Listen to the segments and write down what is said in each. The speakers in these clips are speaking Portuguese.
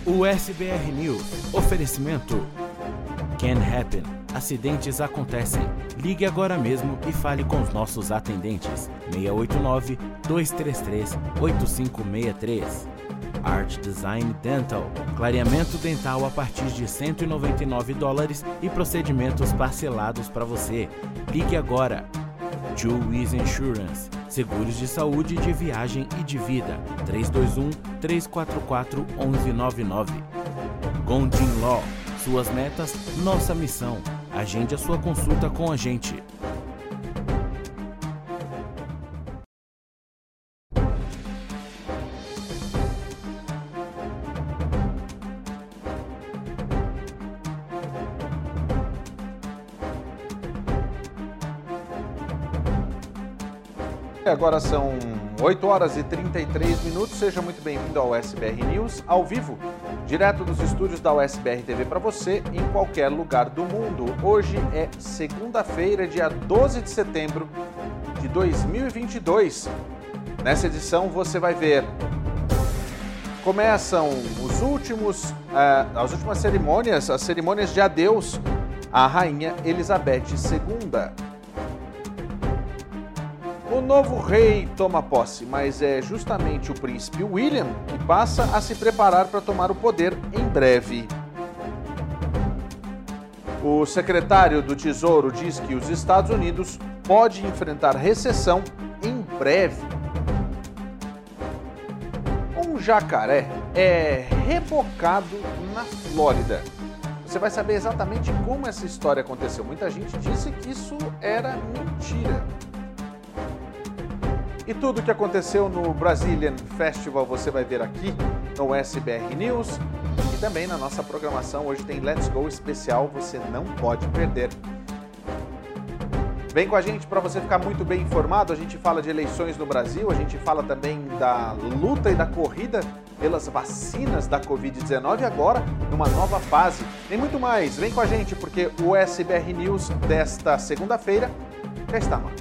O SBR News. Oferecimento. Can happen. Acidentes acontecem. Ligue agora mesmo e fale com os nossos atendentes. 689-233-8563. Art Design Dental. Clareamento dental a partir de $199 e procedimentos parcelados para você. Ligue agora. Juiz Insurance. Seguros de saúde, de viagem e de vida. 321-344-1199. Gondin Law. Suas metas, nossa missão. Agende a sua consulta com a gente. Agora são 8 horas e 33 minutos. Seja muito bem-vindo ao SBR News, ao vivo, direto dos estúdios da USBR TV para você, em qualquer lugar do mundo. Hoje é segunda-feira, dia 12 de setembro de 2022. Nessa edição você vai ver, começam as últimas cerimônias, as cerimônias de adeus à Rainha Elizabeth II. O novo rei toma posse, mas é justamente o príncipe William que passa a se preparar para tomar o poder em breve. O secretário do Tesouro diz que os Estados Unidos podem enfrentar recessão em breve. Um jacaré é rebocado na Flórida. Você vai saber exatamente como essa história aconteceu. Muita gente disse que isso era mentira. E tudo o que aconteceu no Brazilian Festival você vai ver aqui no SBR News e também na nossa programação. Hoje tem Let's Go especial, você não pode perder. Vem com a gente para você ficar muito bem informado. A gente fala de eleições no Brasil, a gente fala também da luta e da corrida pelas vacinas da Covid-19 agora numa nova fase. Tem muito mais, vem com a gente porque o SBR News desta segunda-feira já está no ar.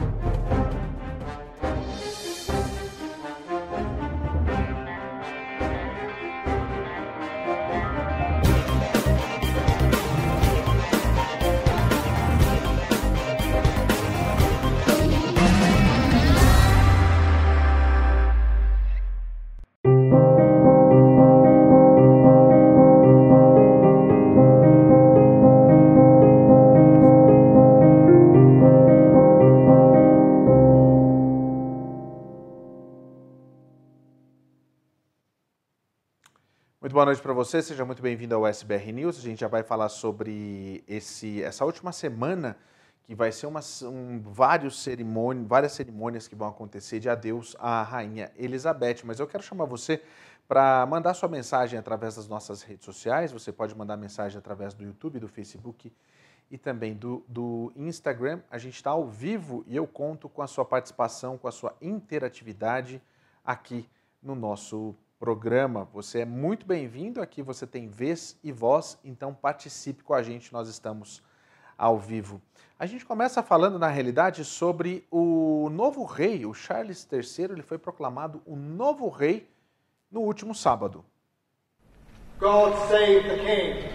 Boa noite para você, seja muito bem-vindo ao SBR News. A gente já vai falar sobre essa última semana, que vai ser várias cerimônias que vão acontecer de adeus à Rainha Elizabeth. Mas eu quero chamar você para mandar sua mensagem através das nossas redes sociais. Você pode mandar mensagem através do YouTube, do Facebook e também do Instagram. A gente está ao vivo e eu conto com a sua participação, com a sua interatividade aqui no nosso programa. Você é muito bem-vindo, aqui você tem vez e voz, então participe com a gente, nós estamos ao vivo. A gente começa falando, na realidade, sobre o novo rei, o Charles III, ele foi proclamado o novo rei no último sábado. God save the King!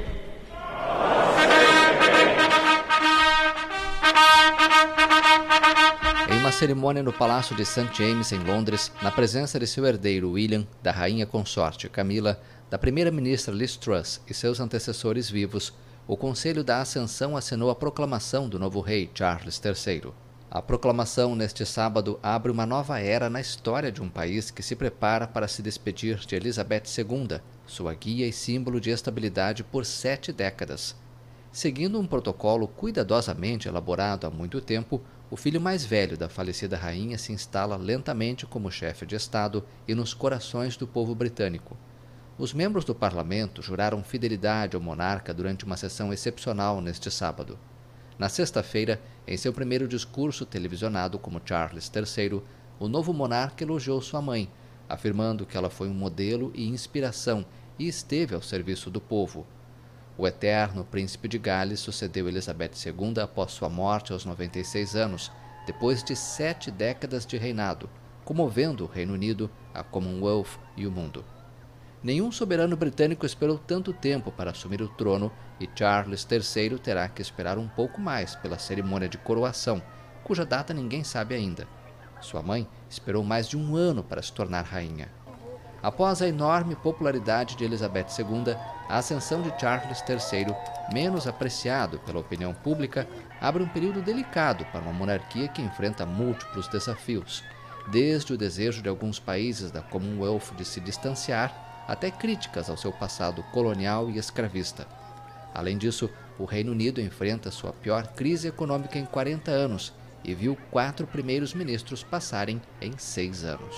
Em uma cerimônia no Palácio de St. James, em Londres, na presença de seu herdeiro William, da rainha consorte Camila, da primeira-ministra Liz Truss e seus antecessores vivos, o Conselho da Ascensão assinou a proclamação do novo rei Charles III. A proclamação neste sábado abre uma nova era na história de um país que se prepara para se despedir de Elizabeth II, sua guia e símbolo de estabilidade por 7 décadas. Seguindo um protocolo cuidadosamente elaborado há muito tempo, o filho mais velho da falecida rainha se instala lentamente como chefe de Estado e nos corações do povo britânico. Os membros do parlamento juraram fidelidade ao monarca durante uma sessão excepcional neste sábado. Na sexta-feira, em seu primeiro discurso televisionado como Charles III, o novo monarca elogiou sua mãe, afirmando que ela foi um modelo e inspiração e esteve ao serviço do povo. O eterno príncipe de Gales sucedeu Elizabeth II após sua morte aos 96 anos, depois de 7 décadas de reinado, comovendo o Reino Unido, a Commonwealth e o mundo. Nenhum soberano britânico esperou tanto tempo para assumir o trono e Charles III terá que esperar um pouco mais pela cerimônia de coroação, cuja data ninguém sabe ainda. Sua mãe esperou mais de 1 ano para se tornar rainha. Após a enorme popularidade de Elizabeth II, a ascensão de Charles III, menos apreciado pela opinião pública, abre um período delicado para uma monarquia que enfrenta múltiplos desafios, desde o desejo de alguns países da Commonwealth de se distanciar, até críticas ao seu passado colonial e escravista. Além disso, o Reino Unido enfrenta sua pior crise econômica em 40 anos e viu 4 primeiros ministros passarem em 6 anos.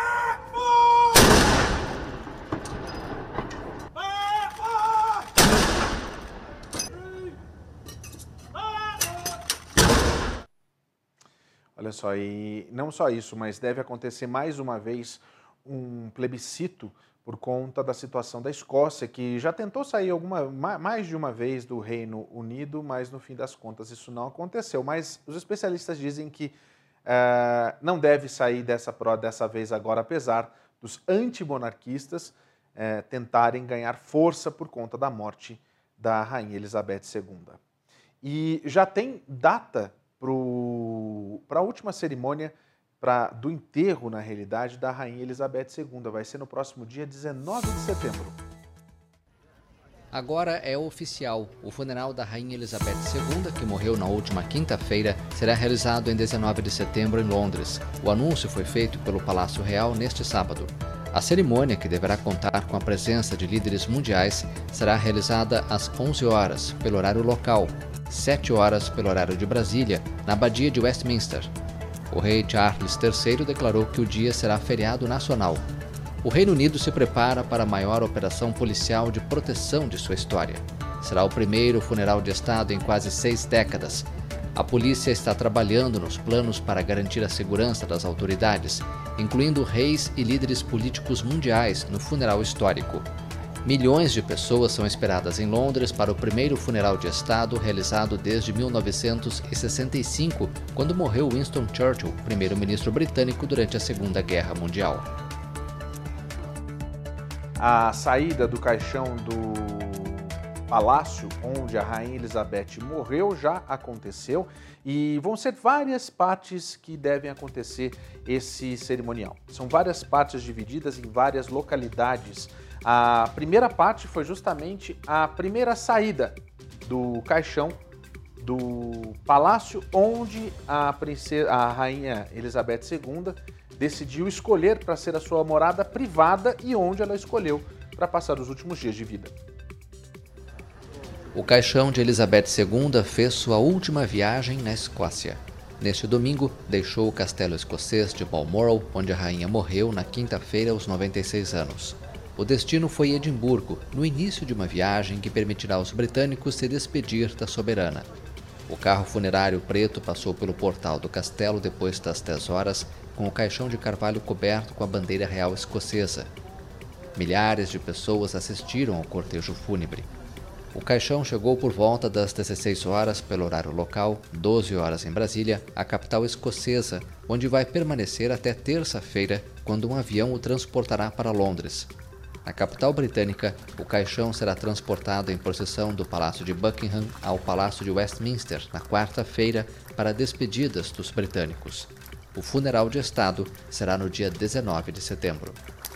Olha só, e não só isso, mas deve acontecer mais uma vez um plebiscito por conta da situação da Escócia, que já tentou sair mais de uma vez do Reino Unido, mas no fim das contas isso não aconteceu. Mas os especialistas dizem que não deve sair dessa vez agora, apesar dos antimonarquistas tentarem ganhar força por conta da morte da Rainha Elizabeth II. E já tem data para a última cerimônia do enterro, na realidade, da Rainha Elizabeth II. Vai ser no próximo dia 19 de setembro. Agora é oficial. O funeral da Rainha Elizabeth II, que morreu na última quinta-feira, será realizado em 19 de setembro em Londres. O anúncio foi feito pelo Palácio Real neste sábado. A cerimônia, que deverá contar com a presença de líderes mundiais, será realizada às 11 horas, pelo horário local, 7 horas pelo horário de Brasília, na Abadia de Westminster. O rei Charles III declarou que o dia será feriado nacional. O Reino Unido se prepara para a maior operação policial de proteção de sua história. Será o primeiro funeral de Estado em quase 6 décadas. A polícia está trabalhando nos planos para garantir a segurança das autoridades, incluindo reis e líderes políticos mundiais no funeral histórico. Milhões de pessoas são esperadas em Londres para o primeiro funeral de Estado realizado desde 1965, quando morreu Winston Churchill, primeiro-ministro britânico durante a Segunda Guerra Mundial. A saída do caixão do palácio onde a Rainha Elizabeth morreu já aconteceu e vão ser várias partes que devem acontecer esse cerimonial. São várias partes divididas em várias localidades. A primeira parte foi justamente a primeira saída do caixão do palácio onde a Rainha Elizabeth II decidiu escolher para ser a sua morada privada e onde ela escolheu para passar os últimos dias de vida. O caixão de Elizabeth II fez sua última viagem na Escócia. Neste domingo, deixou o castelo escocês de Balmoral, onde a rainha morreu na quinta-feira aos 96 anos. O destino foi Edimburgo, no início de uma viagem que permitirá aos britânicos se despedir da soberana. O carro funerário preto passou pelo portal do castelo depois das 10 horas, com o caixão de carvalho coberto com a bandeira real escocesa. Milhares de pessoas assistiram ao cortejo fúnebre. O caixão chegou por volta das 16 horas pelo horário local, 12 horas em Brasília, a capital escocesa, onde vai permanecer até terça-feira, quando um avião o transportará para Londres. Na capital britânica, o caixão será transportado em procissão do Palácio de Buckingham ao Palácio de Westminster na quarta-feira para despedidas dos britânicos. O funeral de Estado será no dia 19 de setembro.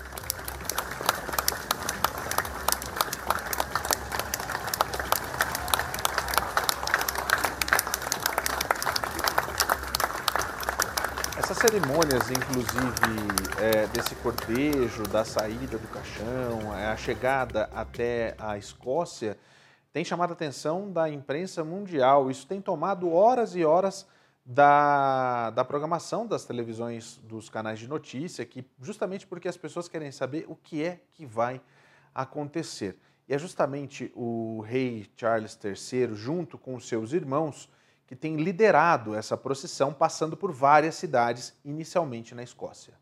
Essas cerimônias, inclusive, desse cortejo, da saída do caixão, a chegada até a Escócia, tem chamado a atenção da imprensa mundial. Isso tem tomado horas e horas da programação das televisões, dos canais de notícia, justamente porque as pessoas querem saber o que é que vai acontecer. E é justamente o rei Charles III, junto com os seus irmãos, que tem liderado essa procissão, passando por várias cidades, inicialmente na Escócia.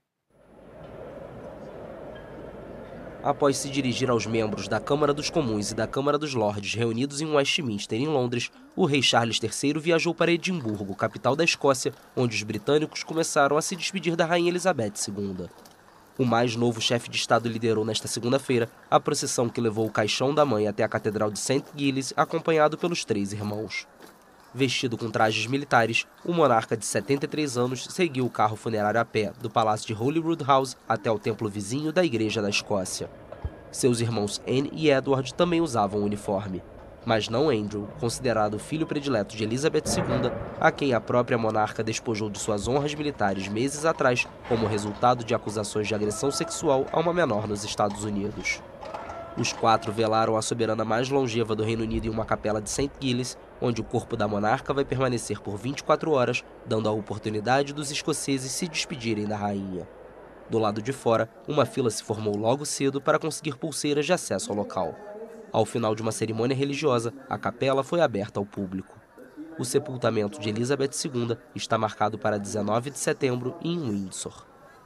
Após se dirigir aos membros da Câmara dos Comuns e da Câmara dos Lordes reunidos em Westminster, em Londres, o rei Charles III viajou para Edimburgo, capital da Escócia, onde os britânicos começaram a se despedir da Rainha Elizabeth II. O mais novo chefe de Estado liderou nesta segunda-feira a procissão que levou o caixão da mãe até a Catedral de St. Giles, acompanhado pelos 3 irmãos. Vestido com trajes militares, o monarca de 73 anos seguiu o carro funerário a pé do Palácio de Holyrood House até o templo vizinho da Igreja da Escócia. Seus irmãos Anne e Edward também usavam o uniforme, mas não Andrew, considerado o filho predileto de Elizabeth II, a quem a própria monarca despojou de suas honras militares meses atrás, como resultado de acusações de agressão sexual a uma menor nos Estados Unidos. Os 4 velaram a soberana mais longeva do Reino Unido em uma capela de St. Giles, onde o corpo da monarca vai permanecer por 24 horas, dando a oportunidade dos escoceses se despedirem da rainha. Do lado de fora, uma fila se formou logo cedo para conseguir pulseiras de acesso ao local. Ao final de uma cerimônia religiosa, a capela foi aberta ao público. O sepultamento de Elizabeth II está marcado para 19 de setembro em Windsor.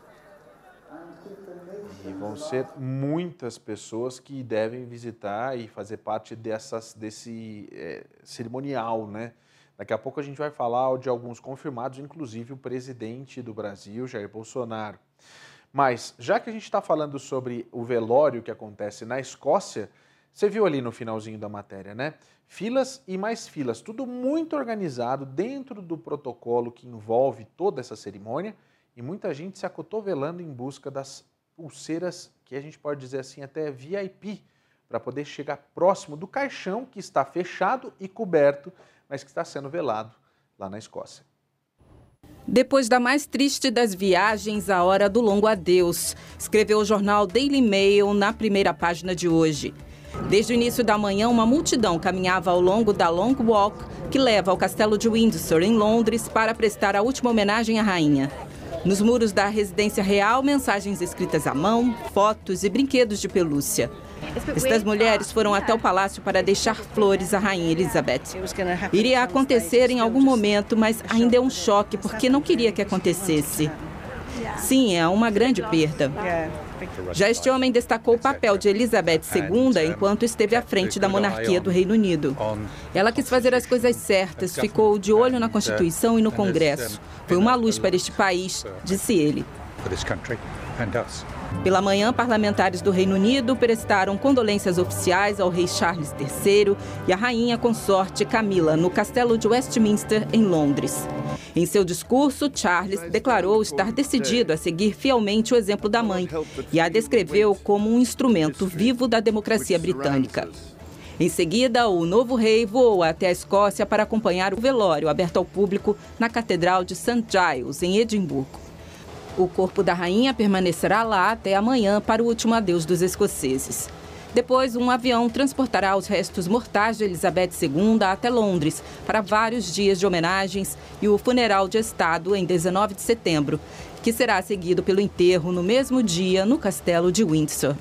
E vão ser muitas pessoas que devem visitar e fazer parte desse cerimonial, né? Daqui a pouco a gente vai falar de alguns confirmados, inclusive o presidente do Brasil, Jair Bolsonaro. Mas, já que a gente está falando sobre o velório que acontece na Escócia, você viu ali no finalzinho da matéria, né? Filas e mais filas, tudo muito organizado dentro do protocolo que envolve toda essa cerimônia, e muita gente se acotovelando em busca das pulseiras que a gente pode dizer assim até VIP, para poder chegar próximo do caixão que está fechado e coberto, mas que está sendo velado lá na Escócia. Depois da mais triste das viagens, a hora do longo adeus, escreveu o jornal Daily Mail na primeira página de hoje. Desde o início da manhã, uma multidão caminhava ao longo da Long Walk, que leva ao castelo de Windsor, em Londres, para prestar a última homenagem à rainha. Nos muros da residência real, mensagens escritas à mão, fotos e brinquedos de pelúcia. Estas mulheres foram até o palácio para deixar flores à rainha Elizabeth. Iria acontecer em algum momento, mas ainda é um choque, porque não queria que acontecesse. Sim, é uma grande perda. Já este homem destacou o papel de Elizabeth II enquanto esteve à frente da monarquia do Reino Unido. Ela quis fazer as coisas certas, ficou de olho na Constituição e no Congresso. Foi uma luz para este país, disse ele. Pela manhã, parlamentares do Reino Unido prestaram condolências oficiais ao rei Charles III e à rainha consorte Camila, no castelo de Westminster, em Londres. Em seu discurso, Charles declarou estar decidido a seguir fielmente o exemplo da mãe e a descreveu como um instrumento vivo da democracia britânica. Em seguida, o novo rei voou até a Escócia para acompanhar o velório aberto ao público na Catedral de St. Giles, em Edimburgo. O corpo da rainha permanecerá lá até amanhã para o último adeus dos escoceses. Depois, um avião transportará os restos mortais de Elizabeth II até Londres para vários dias de homenagens e o funeral de Estado em 19 de setembro, que será seguido pelo enterro no mesmo dia no castelo de Windsor.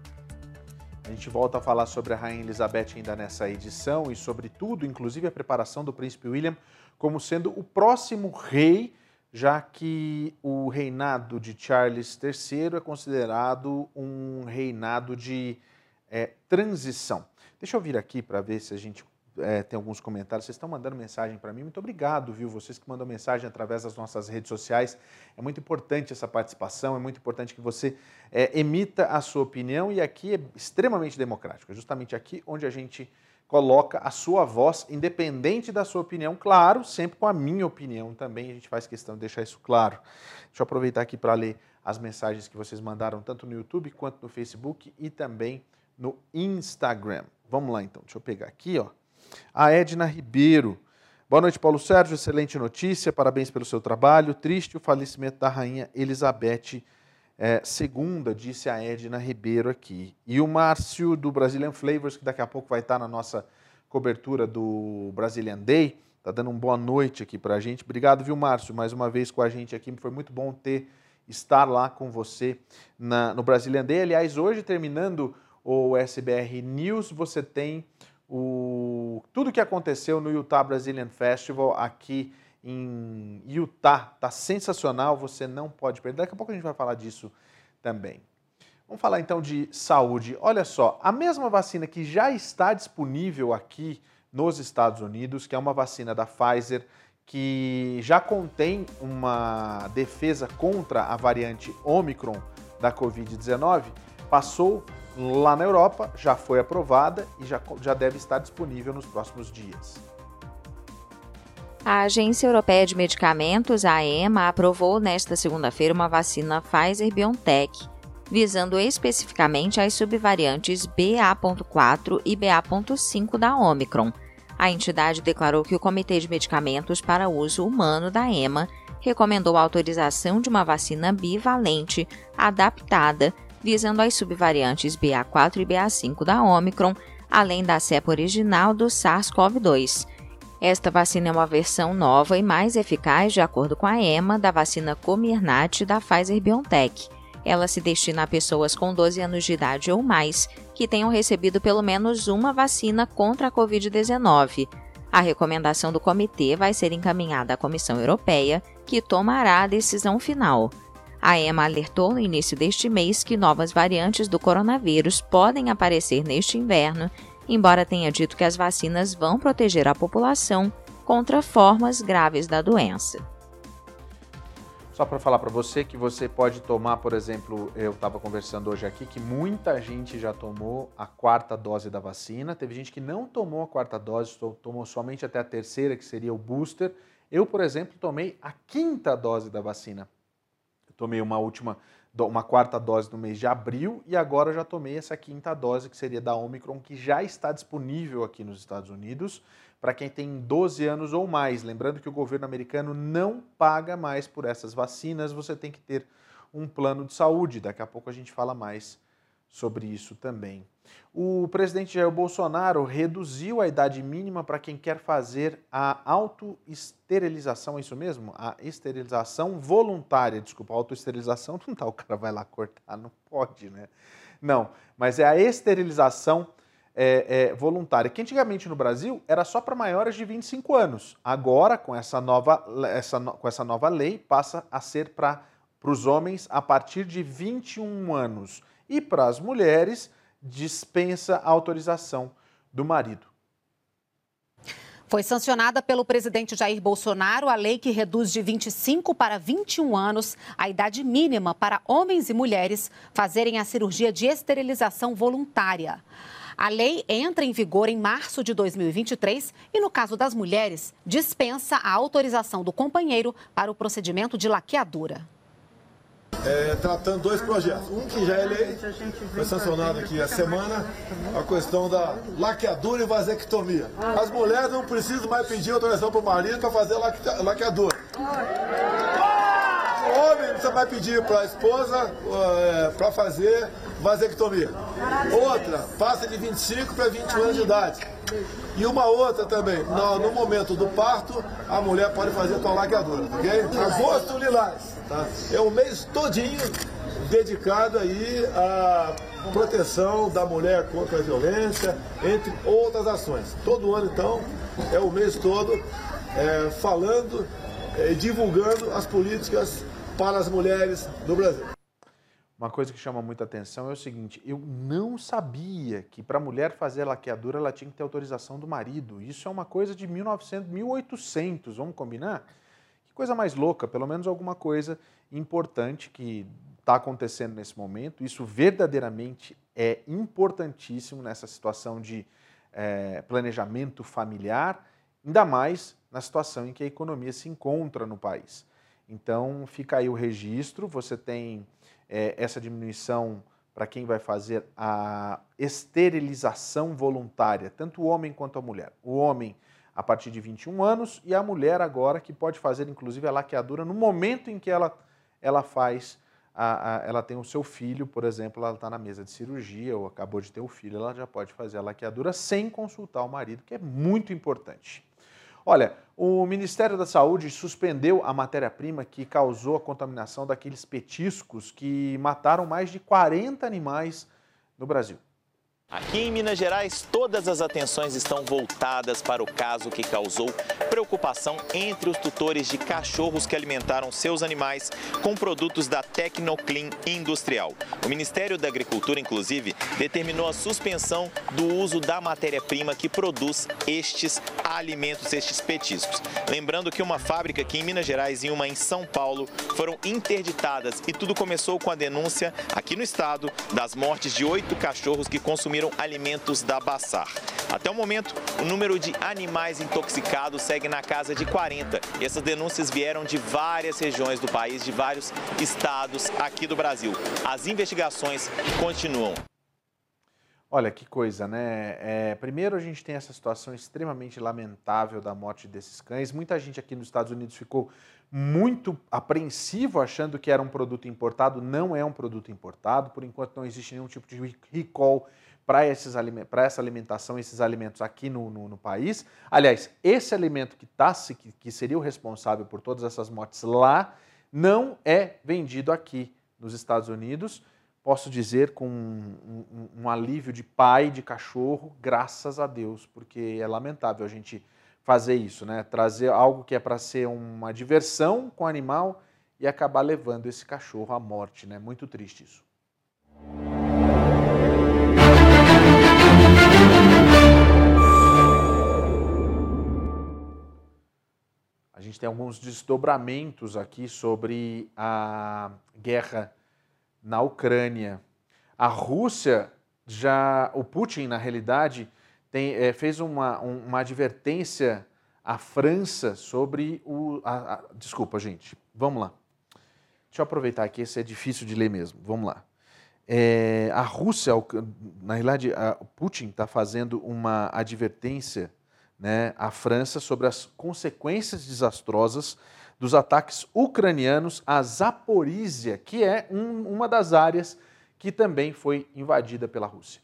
A gente volta a falar sobre a Rainha Elizabeth ainda nessa edição e sobre tudo, inclusive a preparação do Príncipe William como sendo o próximo rei, já que o reinado de Charles III é considerado um reinado de transição. Deixa eu vir aqui para ver se a gente tem alguns comentários. Vocês estão mandando mensagem para mim. Muito obrigado, viu? Vocês que mandam mensagem através das nossas redes sociais. É muito importante essa participação, é muito importante que você emita a sua opinião, e aqui é extremamente democrático. É justamente aqui onde a gente coloca a sua voz, independente da sua opinião, claro, sempre com a minha opinião também, a gente faz questão de deixar isso claro. Deixa eu aproveitar aqui para ler as mensagens que vocês mandaram, tanto no YouTube quanto no Facebook e também no Instagram. Vamos lá então, deixa eu pegar aqui, ó. A Edna Ribeiro. Boa noite, Paulo Sérgio, excelente notícia, parabéns pelo seu trabalho. Triste o falecimento da rainha Elizabeth II, disse a Edna Ribeiro aqui. E o Márcio do Brazilian Flavors, que daqui a pouco vai estar na nossa cobertura do Brazilian Day, está dando uma boa noite aqui para a gente. Obrigado, viu, Márcio, mais uma vez com a gente aqui. Foi muito bom estar lá com você no Brazilian Day. Aliás, hoje, terminando o SBR News, você tem tudo que aconteceu no Utah Brazilian Festival aqui em Utah. Tá sensacional, você não pode perder. Daqui a pouco a gente vai falar disso também. Vamos falar então de saúde. Olha só, a mesma vacina que já está disponível aqui nos Estados Unidos, que é uma vacina da Pfizer, que já contém uma defesa contra a variante Omicron da Covid-19, passou lá na Europa, já foi aprovada e já deve estar disponível nos próximos dias. A Agência Europeia de Medicamentos, a EMA, aprovou nesta segunda-feira uma vacina Pfizer-BioNTech, visando especificamente as subvariantes BA.4 e BA.5 da Omicron. A entidade declarou que o Comitê de Medicamentos para Uso Humano da EMA recomendou a autorização de uma vacina bivalente adaptada, visando as subvariantes BA4 e BA5 da Omicron, além da cepa original do SARS-CoV-2. Esta vacina é uma versão nova e mais eficaz, de acordo com a EMA, da vacina Comirnaty da Pfizer-BioNTech. Ela se destina a pessoas com 12 anos de idade ou mais que tenham recebido pelo menos uma vacina contra a Covid-19. A recomendação do comitê vai ser encaminhada à Comissão Europeia, que tomará a decisão final. A EMA alertou no início deste mês que novas variantes do coronavírus podem aparecer neste inverno, embora tenha dito que as vacinas vão proteger a população contra formas graves da doença. Só para falar para você que você pode tomar, por exemplo, eu estava conversando hoje aqui que muita gente já tomou a 4ª dose da vacina, teve gente que não tomou a 4ª dose, tomou somente até a 3ª, que seria o booster. Eu, por exemplo, tomei a 5ª dose da vacina. Eu tomei uma 4ª dose no mês de abril e agora já tomei essa 5ª dose, que seria da Omicron, que já está disponível aqui nos Estados Unidos para quem tem 12 anos ou mais. Lembrando que o governo americano não paga mais por essas vacinas, você tem que ter um plano de saúde. Daqui a pouco a gente fala mais sobre isso também. O presidente Jair Bolsonaro reduziu a idade mínima para quem quer fazer a autoesterilização, é isso mesmo? A esterilização voluntária, desculpa, a autoesterilização não tá, o cara vai lá cortar, não pode, né? Não, mas é a esterilização voluntária, que antigamente no Brasil era só para maiores de 25 anos. Agora, com essa nova lei, passa a ser para os homens a partir de 21 anos. E para as mulheres, dispensa a autorização do marido. Foi sancionada pelo presidente Jair Bolsonaro a lei que reduz de 25 para 21 anos a idade mínima para homens e mulheres fazerem a cirurgia de esterilização voluntária. A lei entra em vigor em março de 2023 e, no caso das mulheres, dispensa a autorização do companheiro para o procedimento de laqueadura. Tratando 2 projetos. Um que já é lei, foi sancionado aqui essa semana, a questão da laqueadura e vasectomia. As mulheres não precisam mais pedir autorização para o marido para fazer laqueadura. O homem não precisa mais pedir para a esposa para fazer vasectomia. Outra, passa de 25 para 21 anos de idade. E uma outra também, no momento do parto, a mulher pode fazer com a laqueadura, ok? Agosto Lilás, tá? É o mês todinho dedicado aí à proteção da mulher contra a violência, entre outras ações. Todo ano, então, é o mês todo falando e divulgando as políticas para as mulheres no Brasil. Uma coisa que chama muita atenção é o seguinte, eu não sabia que para a mulher fazer a laqueadura ela tinha que ter autorização do marido. Isso é uma coisa de 1800, vamos combinar? Que coisa mais louca, pelo menos alguma coisa importante que está acontecendo nesse momento. Isso verdadeiramente é importantíssimo nessa situação de planejamento familiar, ainda mais na situação em que a economia se encontra no país. Então fica aí o registro, você tem essa diminuição para quem vai fazer a esterilização voluntária, tanto o homem quanto a mulher. O homem a partir de 21 anos e a mulher agora que pode fazer inclusive a laqueadura no momento em que ela faz, ela tem o seu filho, por exemplo, ela está na mesa de cirurgia ou acabou de ter o filho, ela já pode fazer a laqueadura sem consultar o marido, que é muito importante. Olha, o Ministério da Saúde suspendeu a matéria-prima que causou a contaminação daqueles petiscos que mataram mais de 40 animais no Brasil. Aqui em Minas Gerais, todas as atenções estão voltadas para o caso que causou preocupação entre os tutores de cachorros que alimentaram seus animais com produtos da Tecnoclean Industrial. O Ministério da Agricultura, inclusive, determinou a suspensão do uso da matéria-prima que produz estes alimentos, estes petiscos. Lembrando que uma fábrica aqui em Minas Gerais e uma em São Paulo foram interditadas e tudo começou com a denúncia aqui no estado das mortes de 8 cachorros que consumiram alimentos da Bassar. Até o momento, o número de animais intoxicados segue na casa de 40. E essas denúncias vieram de várias regiões do país, de vários estados aqui do Brasil. As investigações continuam. Olha que coisa, né? Primeiro a gente tem essa situação extremamente lamentável da morte desses cães. Muita gente aqui nos Estados Unidos ficou muito apreensivo achando que era um produto importado. Não é um produto importado. Por enquanto não existe nenhum tipo de recall para essa alimentação, esses alimentos aqui no país. Aliás, esse alimento que seria o responsável por todas essas mortes lá, não é vendido aqui nos Estados Unidos. Posso dizer com um alívio de pai de cachorro, graças a Deus, porque é lamentável a gente fazer isso, né? Trazer algo que é para ser uma diversão com o animal e acabar levando esse cachorro à morte, né? Muito triste isso. A gente tem alguns desdobramentos aqui sobre a guerra na Ucrânia. A Rússia, o Putin, na realidade, fez uma advertência à França sobre desculpa, gente, vamos lá. Deixa eu aproveitar aqui, esse é difícil de ler mesmo, vamos lá. A Rússia, na realidade, o Putin está fazendo uma advertência, né, à França sobre as consequências desastrosas dos ataques ucranianos a Zaporísia, que é uma das áreas que também foi invadida pela Rússia.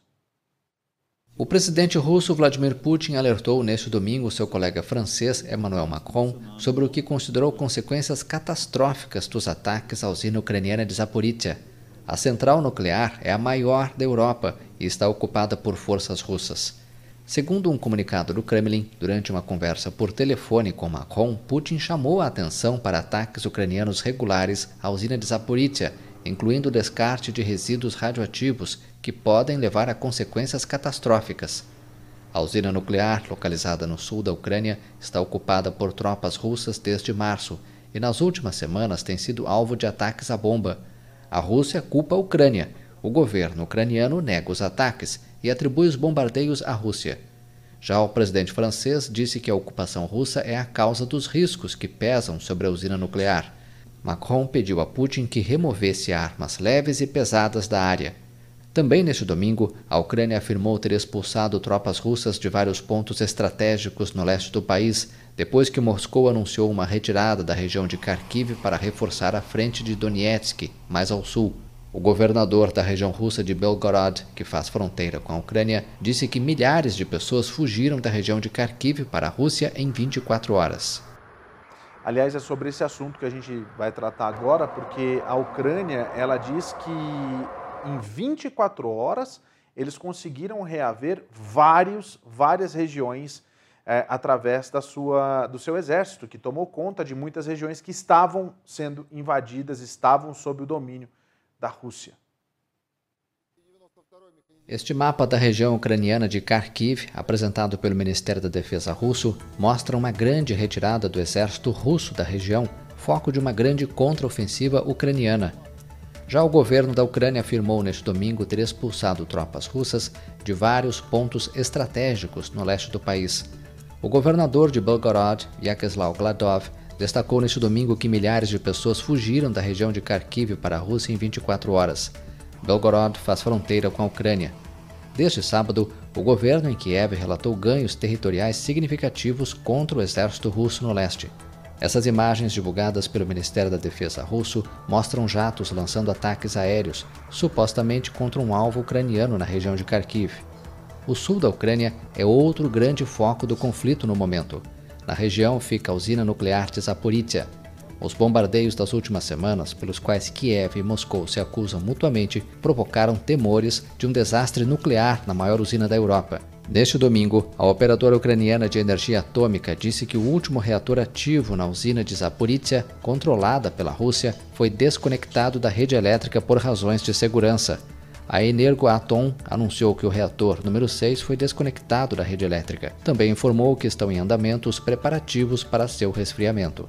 O presidente russo Vladimir Putin alertou neste domingo seu colega francês Emmanuel Macron sobre o que considerou consequências catastróficas dos ataques à usina ucraniana de Zaporizhia. A central nuclear é a maior da Europa e está ocupada por forças russas. Segundo um comunicado do Kremlin, durante uma conversa por telefone com Macron, Putin chamou a atenção para ataques ucranianos regulares à usina de Zaporizhia, incluindo o descarte de resíduos radioativos que podem levar a consequências catastróficas. A usina nuclear, localizada no sul da Ucrânia, está ocupada por tropas russas desde março e nas últimas semanas tem sido alvo de ataques à bomba. A Rússia culpa a Ucrânia. O governo ucraniano nega os ataques e atribui os bombardeios à Rússia. Já o presidente francês disse que a ocupação russa é a causa dos riscos que pesam sobre a usina nuclear. Macron pediu a Putin que removesse armas leves e pesadas da área. Também neste domingo, a Ucrânia afirmou ter expulsado tropas russas de vários pontos estratégicos no leste do país, depois que Moscou anunciou uma retirada da região de Kharkiv para reforçar a frente de Donetsk, mais ao sul. O governador da região russa de Belgorod, que faz fronteira com a Ucrânia, disse que milhares de pessoas fugiram da região de Kharkiv para a Rússia em 24 horas. Aliás, é sobre esse assunto que a gente vai tratar agora, porque a Ucrânia, ela diz que em 24 horas eles conseguiram reaver várias regiões através do seu exército, que tomou conta de muitas regiões que estavam sendo invadidas, estavam sob o domínio da Rússia. Este mapa da região ucraniana de Kharkiv, apresentado pelo Ministério da Defesa russo, mostra uma grande retirada do exército russo da região, foco de uma grande contraofensiva ucraniana. Já o governo da Ucrânia afirmou neste domingo ter expulsado tropas russas de vários pontos estratégicos no leste do país. O governador de Belgorod, Vyacheslav Gladov, destacou neste domingo que milhares de pessoas fugiram da região de Kharkiv para a Rússia em 24 horas. Belgorod faz fronteira com a Ucrânia. Desde sábado, o governo em Kiev relatou ganhos territoriais significativos contra o exército russo no leste. Essas imagens divulgadas pelo Ministério da Defesa russo mostram jatos lançando ataques aéreos, supostamente contra um alvo ucraniano na região de Kharkiv. O sul da Ucrânia é outro grande foco do conflito no momento. Na região fica a usina nuclear de Zaporizhia. Os bombardeios das últimas semanas, pelos quais Kiev e Moscou se acusam mutuamente, provocaram temores de um desastre nuclear na maior usina da Europa. Neste domingo, a operadora ucraniana de energia atômica disse que o último reator ativo na usina de Zaporizhia, controlada pela Rússia, foi desconectado da rede elétrica por razões de segurança. A Energoatom anunciou que o reator número 6 foi desconectado da rede elétrica. Também informou que estão em andamento os preparativos para seu resfriamento.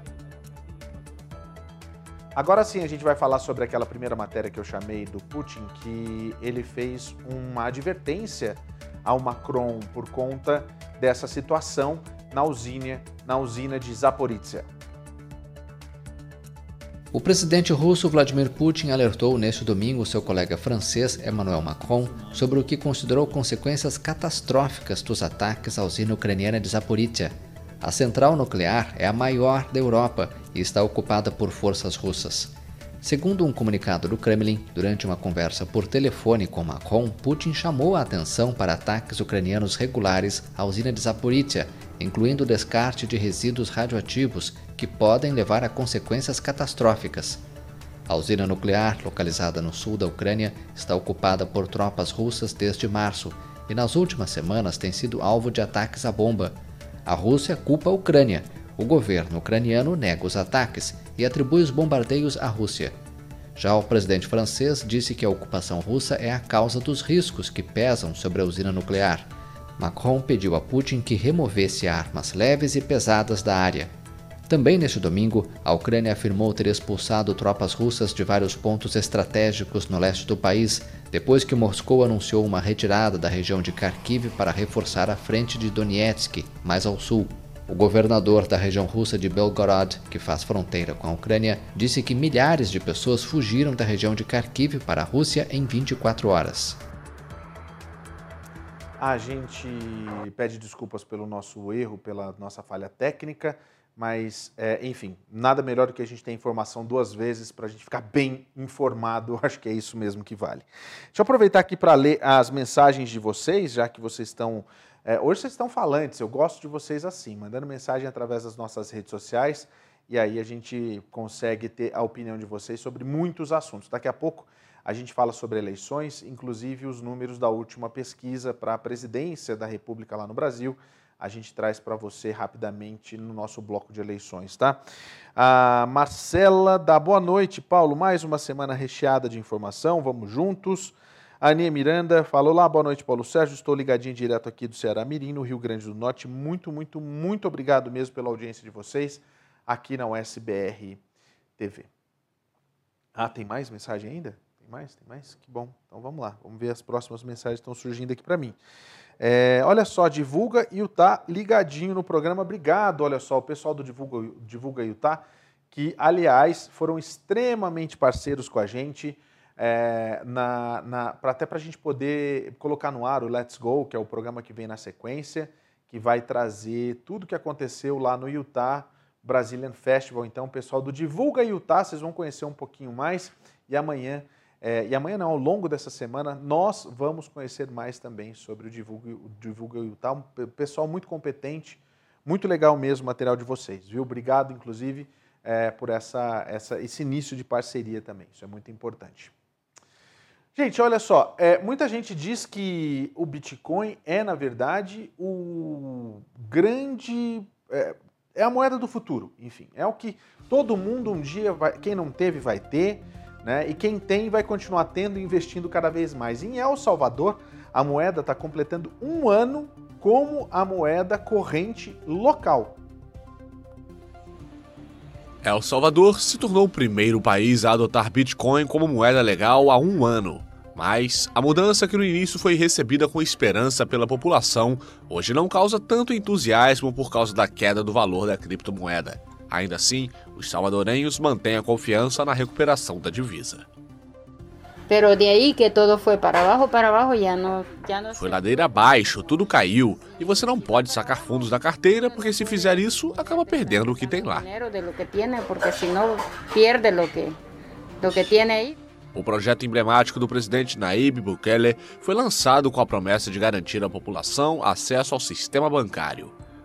Agora sim, a gente vai falar sobre aquela primeira matéria que eu chamei do Putin, que ele fez uma advertência ao Macron por conta dessa situação na usina de Zaporizhia. O presidente russo Vladimir Putin alertou neste domingo seu colega francês Emmanuel Macron sobre o que considerou consequências catastróficas dos ataques à usina ucraniana de Zaporizhia. A central nuclear é a maior da Europa e está ocupada por forças russas. Segundo um comunicado do Kremlin, durante uma conversa por telefone com Macron, Putin chamou a atenção para ataques ucranianos regulares à usina de Zaporizhia, incluindo o descarte de resíduos radioativos que podem levar a consequências catastróficas. A usina nuclear, localizada no sul da Ucrânia, está ocupada por tropas russas desde março e nas últimas semanas tem sido alvo de ataques à bomba. A Rússia culpa a Ucrânia. O governo ucraniano nega os ataques e atribui os bombardeios à Rússia. Já o presidente francês disse que a ocupação russa é a causa dos riscos que pesam sobre a usina nuclear. Macron pediu a Putin que removesse armas leves e pesadas da área. Também neste domingo, a Ucrânia afirmou ter expulsado tropas russas de vários pontos estratégicos no leste do país, depois que Moscou anunciou uma retirada da região de Kharkiv para reforçar a frente de Donetsk, mais ao sul. O governador da região russa de Belgorod, que faz fronteira com a Ucrânia, disse que milhares de pessoas fugiram da região de Kharkiv para a Rússia em 24 horas. A gente pede desculpas pelo nosso erro, pela nossa falha técnica, mas, enfim, nada melhor do que a gente ter informação duas vezes para a gente ficar bem informado. Acho que é isso mesmo que vale. Deixa eu aproveitar aqui para ler as mensagens de vocês, já que vocês estão... hoje vocês estão falantes, eu gosto de vocês assim, mandando mensagem através das nossas redes sociais, e aí a gente consegue ter a opinião de vocês sobre muitos assuntos. Daqui a pouco a gente fala sobre eleições, inclusive os números da última pesquisa para a presidência da República lá no Brasil. A gente traz para você rapidamente no nosso bloco de eleições, tá? A Marcela dá boa noite, Paulo. Mais uma semana recheada de informação, vamos juntos. A Aninha Miranda falou lá, boa noite, Paulo Sérgio. Estou ligadinho direto aqui do Ceará Mirim, no Rio Grande do Norte. Muito, muito, muito obrigado mesmo pela audiência de vocês aqui na USBR TV. Ah, tem mais mensagem ainda? Tem mais? Tem mais? Que bom. Então vamos lá, vamos ver as próximas mensagens que estão surgindo aqui para mim. Olha só, Divulga Utah ligadinho no programa. Obrigado, olha só, o pessoal do Divulga Utah, que, aliás, foram extremamente parceiros com a gente, até para a gente poder colocar no ar o Let's Go, que é o programa que vem na sequência, que vai trazer tudo o que aconteceu lá no Utah Brazilian Festival. Então, pessoal do Divulga Utah, vocês vão conhecer um pouquinho mais, e amanhã não, ao longo dessa semana, nós vamos conhecer mais também sobre o Divulga Utah, um pessoal muito competente, muito legal mesmo o material de vocês, viu? Obrigado, inclusive, por esse início de parceria também, isso é muito importante. Gente, olha só, muita gente diz que o Bitcoin é, na verdade, o grande... é a moeda do futuro, enfim, é o que todo mundo um dia, quem não teve vai ter, né? E quem tem vai continuar tendo e investindo cada vez mais. Em El Salvador, a moeda está completando um ano como a moeda corrente local. El Salvador se tornou o primeiro país a adotar Bitcoin como moeda legal há um ano. Mas a mudança, que no início foi recebida com esperança pela população, hoje não causa tanto entusiasmo por causa da queda do valor da criptomoeda. Ainda assim, os salvadorenhos mantêm a confiança na recuperação da divisa. Pero de aí que todo foi para abaixo, já não foi ladeira abaixo, tudo caiu, e você não pode sacar fundos da carteira, porque se fizer isso, acaba perdendo o que tem lá. O projeto emblemático do presidente Nayib Bukele foi lançado com a promessa de garantir à população acesso ao sistema bancário.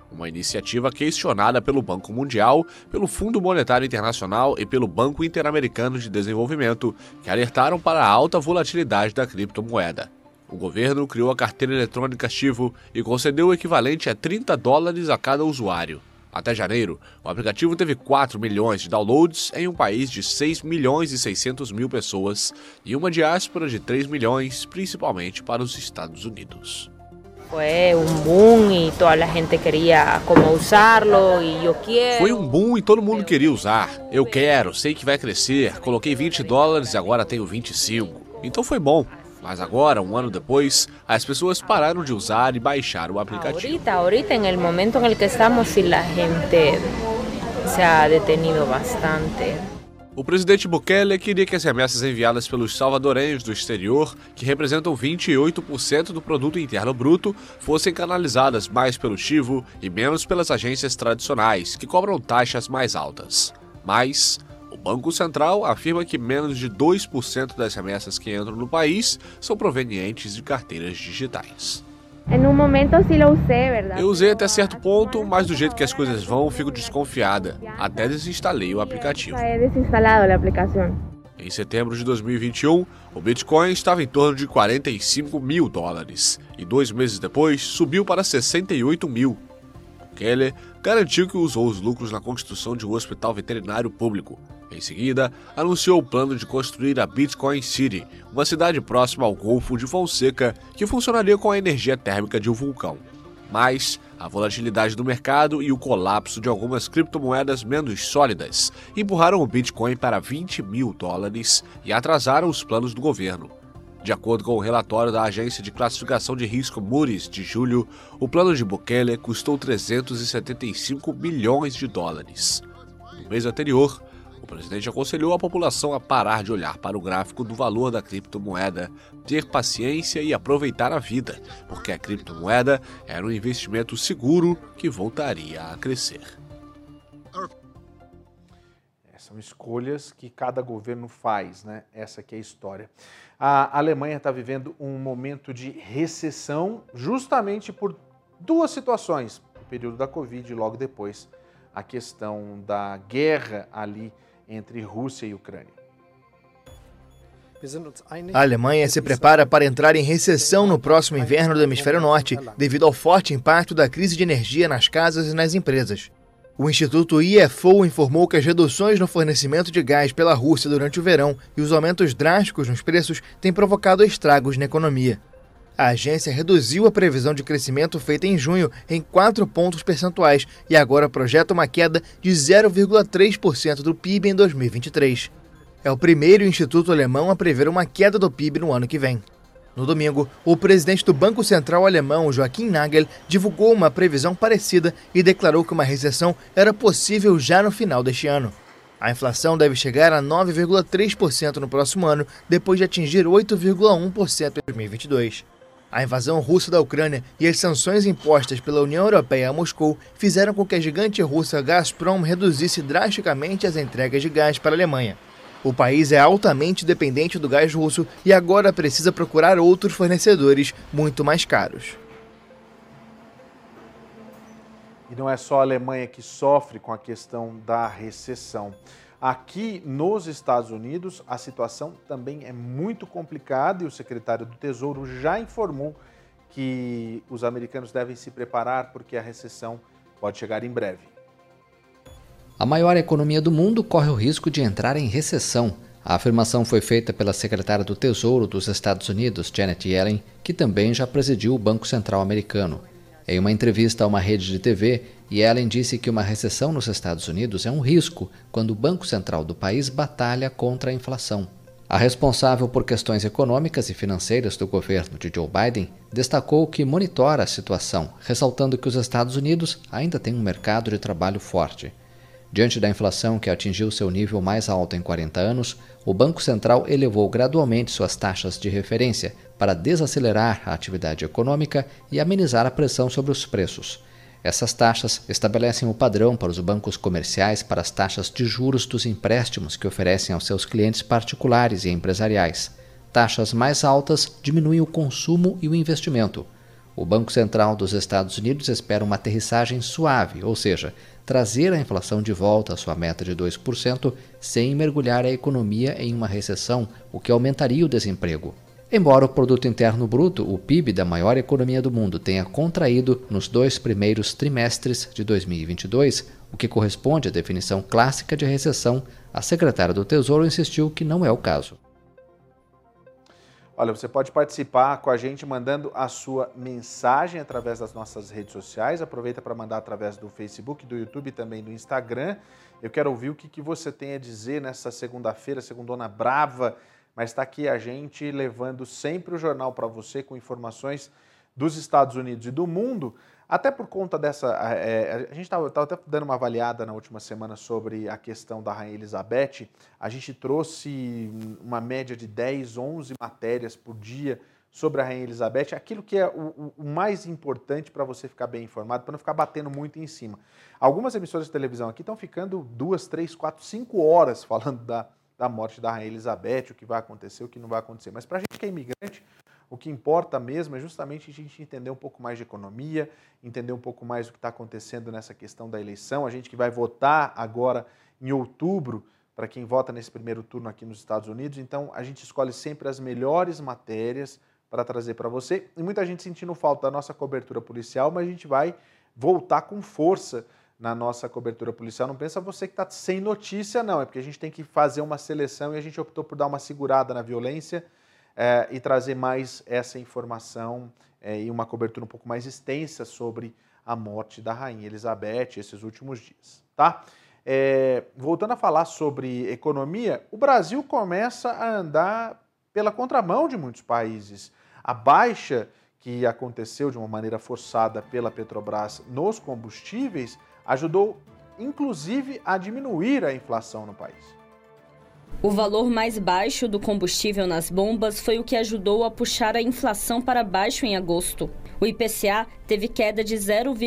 uma iniciativa questionada pelo Banco Mundial, pelo Fundo Monetário Internacional e pelo Banco Interamericano de Desenvolvimento, que alertaram para a alta volatilidade da criptomoeda. O governo criou a carteira eletrônica Chivo e concedeu o equivalente a $30 a cada usuário. Até janeiro, o aplicativo teve 4 milhões de downloads em um país de 6 milhões e 600 mil pessoas e uma diáspora de 3 milhões, principalmente para os Estados Unidos. Foi um boom e toda a gente queria como usá-lo e eu quero. Foi um boom e todo mundo queria usar. Eu quero, sei que vai crescer. Coloquei $20 e agora tenho 25. Então foi bom. Mas agora, um ano depois, as pessoas pararam de usar e baixar o aplicativo. Ahorita, en el momento en el que estamos, sí, la gente se ha detenido bastante. O presidente Bukele queria que as remessas enviadas pelos salvadorenhos do exterior, que representam 28% do produto interno bruto, fossem canalizadas mais pelo Chivo e menos pelas agências tradicionais, que cobram taxas mais altas. Mas o Banco Central afirma que menos de 2% das remessas que entram no país são provenientes de carteiras digitais. Em um momento sim eu usei, verdade? Eu usei até certo ponto, mas do jeito que as coisas vão, fico desconfiada. Até desinstalei o aplicativo. Desinstalado a aplicação. Em setembro de 2021, o Bitcoin estava em torno de $45 mil e 2 meses depois subiu para 68 mil. Bukele garantiu que usou os lucros na construção de um hospital veterinário público. Em seguida, anunciou o plano de construir a Bitcoin City, uma cidade próxima ao Golfo de Fonseca, que funcionaria com a energia térmica de um vulcão. Mas a volatilidade do mercado e o colapso de algumas criptomoedas menos sólidas empurraram o Bitcoin para $20 mil e atrasaram os planos do governo. De acordo com o relatório da agência de classificação de risco Moody's de julho, o plano de Bukele custou $375 bilhões. No mês anterior, o presidente aconselhou a população a parar de olhar para o gráfico do valor da criptomoeda, ter paciência e aproveitar a vida, porque a criptomoeda era um investimento seguro que voltaria a crescer. São escolhas que cada governo faz, né? Essa aqui é a história. A Alemanha está vivendo um momento de recessão justamente por duas situações. O período da Covid e logo depois a questão da guerra ali entre Rússia e Ucrânia. A Alemanha se prepara para entrar em recessão no próximo inverno do hemisfério norte, devido ao forte impacto da crise de energia nas casas e nas empresas. O Instituto IFO informou que as reduções no fornecimento de gás pela Rússia durante o verão e os aumentos drásticos nos preços têm provocado estragos na economia. A agência reduziu a previsão de crescimento feita em junho em 4 pontos percentuais e agora projeta uma queda de 0,3% do PIB em 2023. É o primeiro instituto alemão a prever uma queda do PIB no ano que vem. No domingo, o presidente do Banco Central alemão, Joachim Nagel, divulgou uma previsão parecida e declarou que uma recessão era possível já no final deste ano. A inflação deve chegar a 9,3% no próximo ano, depois de atingir 8,1% em 2022. A invasão russa da Ucrânia e as sanções impostas pela União Europeia a Moscou fizeram com que a gigante russa Gazprom reduzisse drasticamente as entregas de gás para a Alemanha. O país é altamente dependente do gás russo e agora precisa procurar outros fornecedores muito mais caros. E não é só a Alemanha que sofre com a questão da recessão. Aqui nos Estados Unidos, a situação também é muito complicada e o secretário do Tesouro já informou que os americanos devem se preparar porque a recessão pode chegar em breve. A maior economia do mundo corre o risco de entrar em recessão. A afirmação foi feita pela secretária do Tesouro dos Estados Unidos, Janet Yellen, que também já presidiu o Banco Central americano. Em uma entrevista a uma rede de TV, Yellen disse que uma recessão nos Estados Unidos é um risco quando o Banco Central do país batalha contra a inflação. A responsável por questões econômicas e financeiras do governo de Joe Biden destacou que monitora a situação, ressaltando que os Estados Unidos ainda têm um mercado de trabalho forte. Diante da inflação que atingiu seu nível mais alto em 40 anos, o Banco Central elevou gradualmente suas taxas de referência para desacelerar a atividade econômica e amenizar a pressão sobre os preços. Essas taxas estabelecem o padrão para os bancos comerciais para as taxas de juros dos empréstimos que oferecem aos seus clientes particulares e empresariais. Taxas mais altas diminuem o consumo e o investimento. O Banco Central dos Estados Unidos espera uma aterrissagem suave, ou seja, trazer a inflação de volta à sua meta de 2% sem mergulhar a economia em uma recessão, o que aumentaria o desemprego. Embora o Produto Interno Bruto, o PIB da maior economia do mundo, tenha contraído nos 2 primeiros trimestres de 2022, o que corresponde à definição clássica de recessão, a secretária do Tesouro insistiu que não é o caso. Olha, você pode participar com a gente mandando a sua mensagem através das nossas redes sociais. Aproveita para mandar através do Facebook, do YouTube e também do Instagram. Eu quero ouvir o que você tem a dizer nessa segunda-feira, segundona brava, mas está aqui a gente levando sempre o jornal para você com informações dos Estados Unidos e do mundo. Até por conta dessa... a gente estava até dando uma avaliada na última semana sobre a questão da Rainha Elizabeth. A gente trouxe uma média de 10, 11 matérias por dia sobre a Rainha Elizabeth. Aquilo que é o mais importante para você ficar bem informado, para não ficar batendo muito em cima. Algumas emissoras de televisão aqui estão ficando 2, 3, 4, 5 horas falando da morte da Rainha Elizabeth, o que vai acontecer, o que não vai acontecer. Mas para a gente que é imigrante, o que importa mesmo é justamente a gente entender um pouco mais de economia, entender um pouco mais do que está acontecendo nessa questão da eleição. A gente que vai votar agora em outubro, para quem vota nesse primeiro turno aqui nos Estados Unidos. Então, a gente escolhe sempre as melhores matérias para trazer para você. E muita gente sentindo falta da nossa cobertura policial, mas a gente vai voltar com força na nossa cobertura policial. Não pensa você que está sem notícia, não. É porque a gente tem que fazer uma seleção e a gente optou por dar uma segurada na violência e trazer mais essa informação e uma cobertura um pouco mais extensa sobre a morte da Rainha Elizabeth esses últimos dias, tá? Voltando a falar sobre economia, o Brasil começa a andar pela contramão de muitos países. A baixa que aconteceu de uma maneira forçada pela Petrobras nos combustíveis ajudou, inclusive, a diminuir a inflação no país. O valor mais baixo do combustível nas bombas foi o que ajudou a puxar a inflação para baixo em agosto. O IPCA teve queda de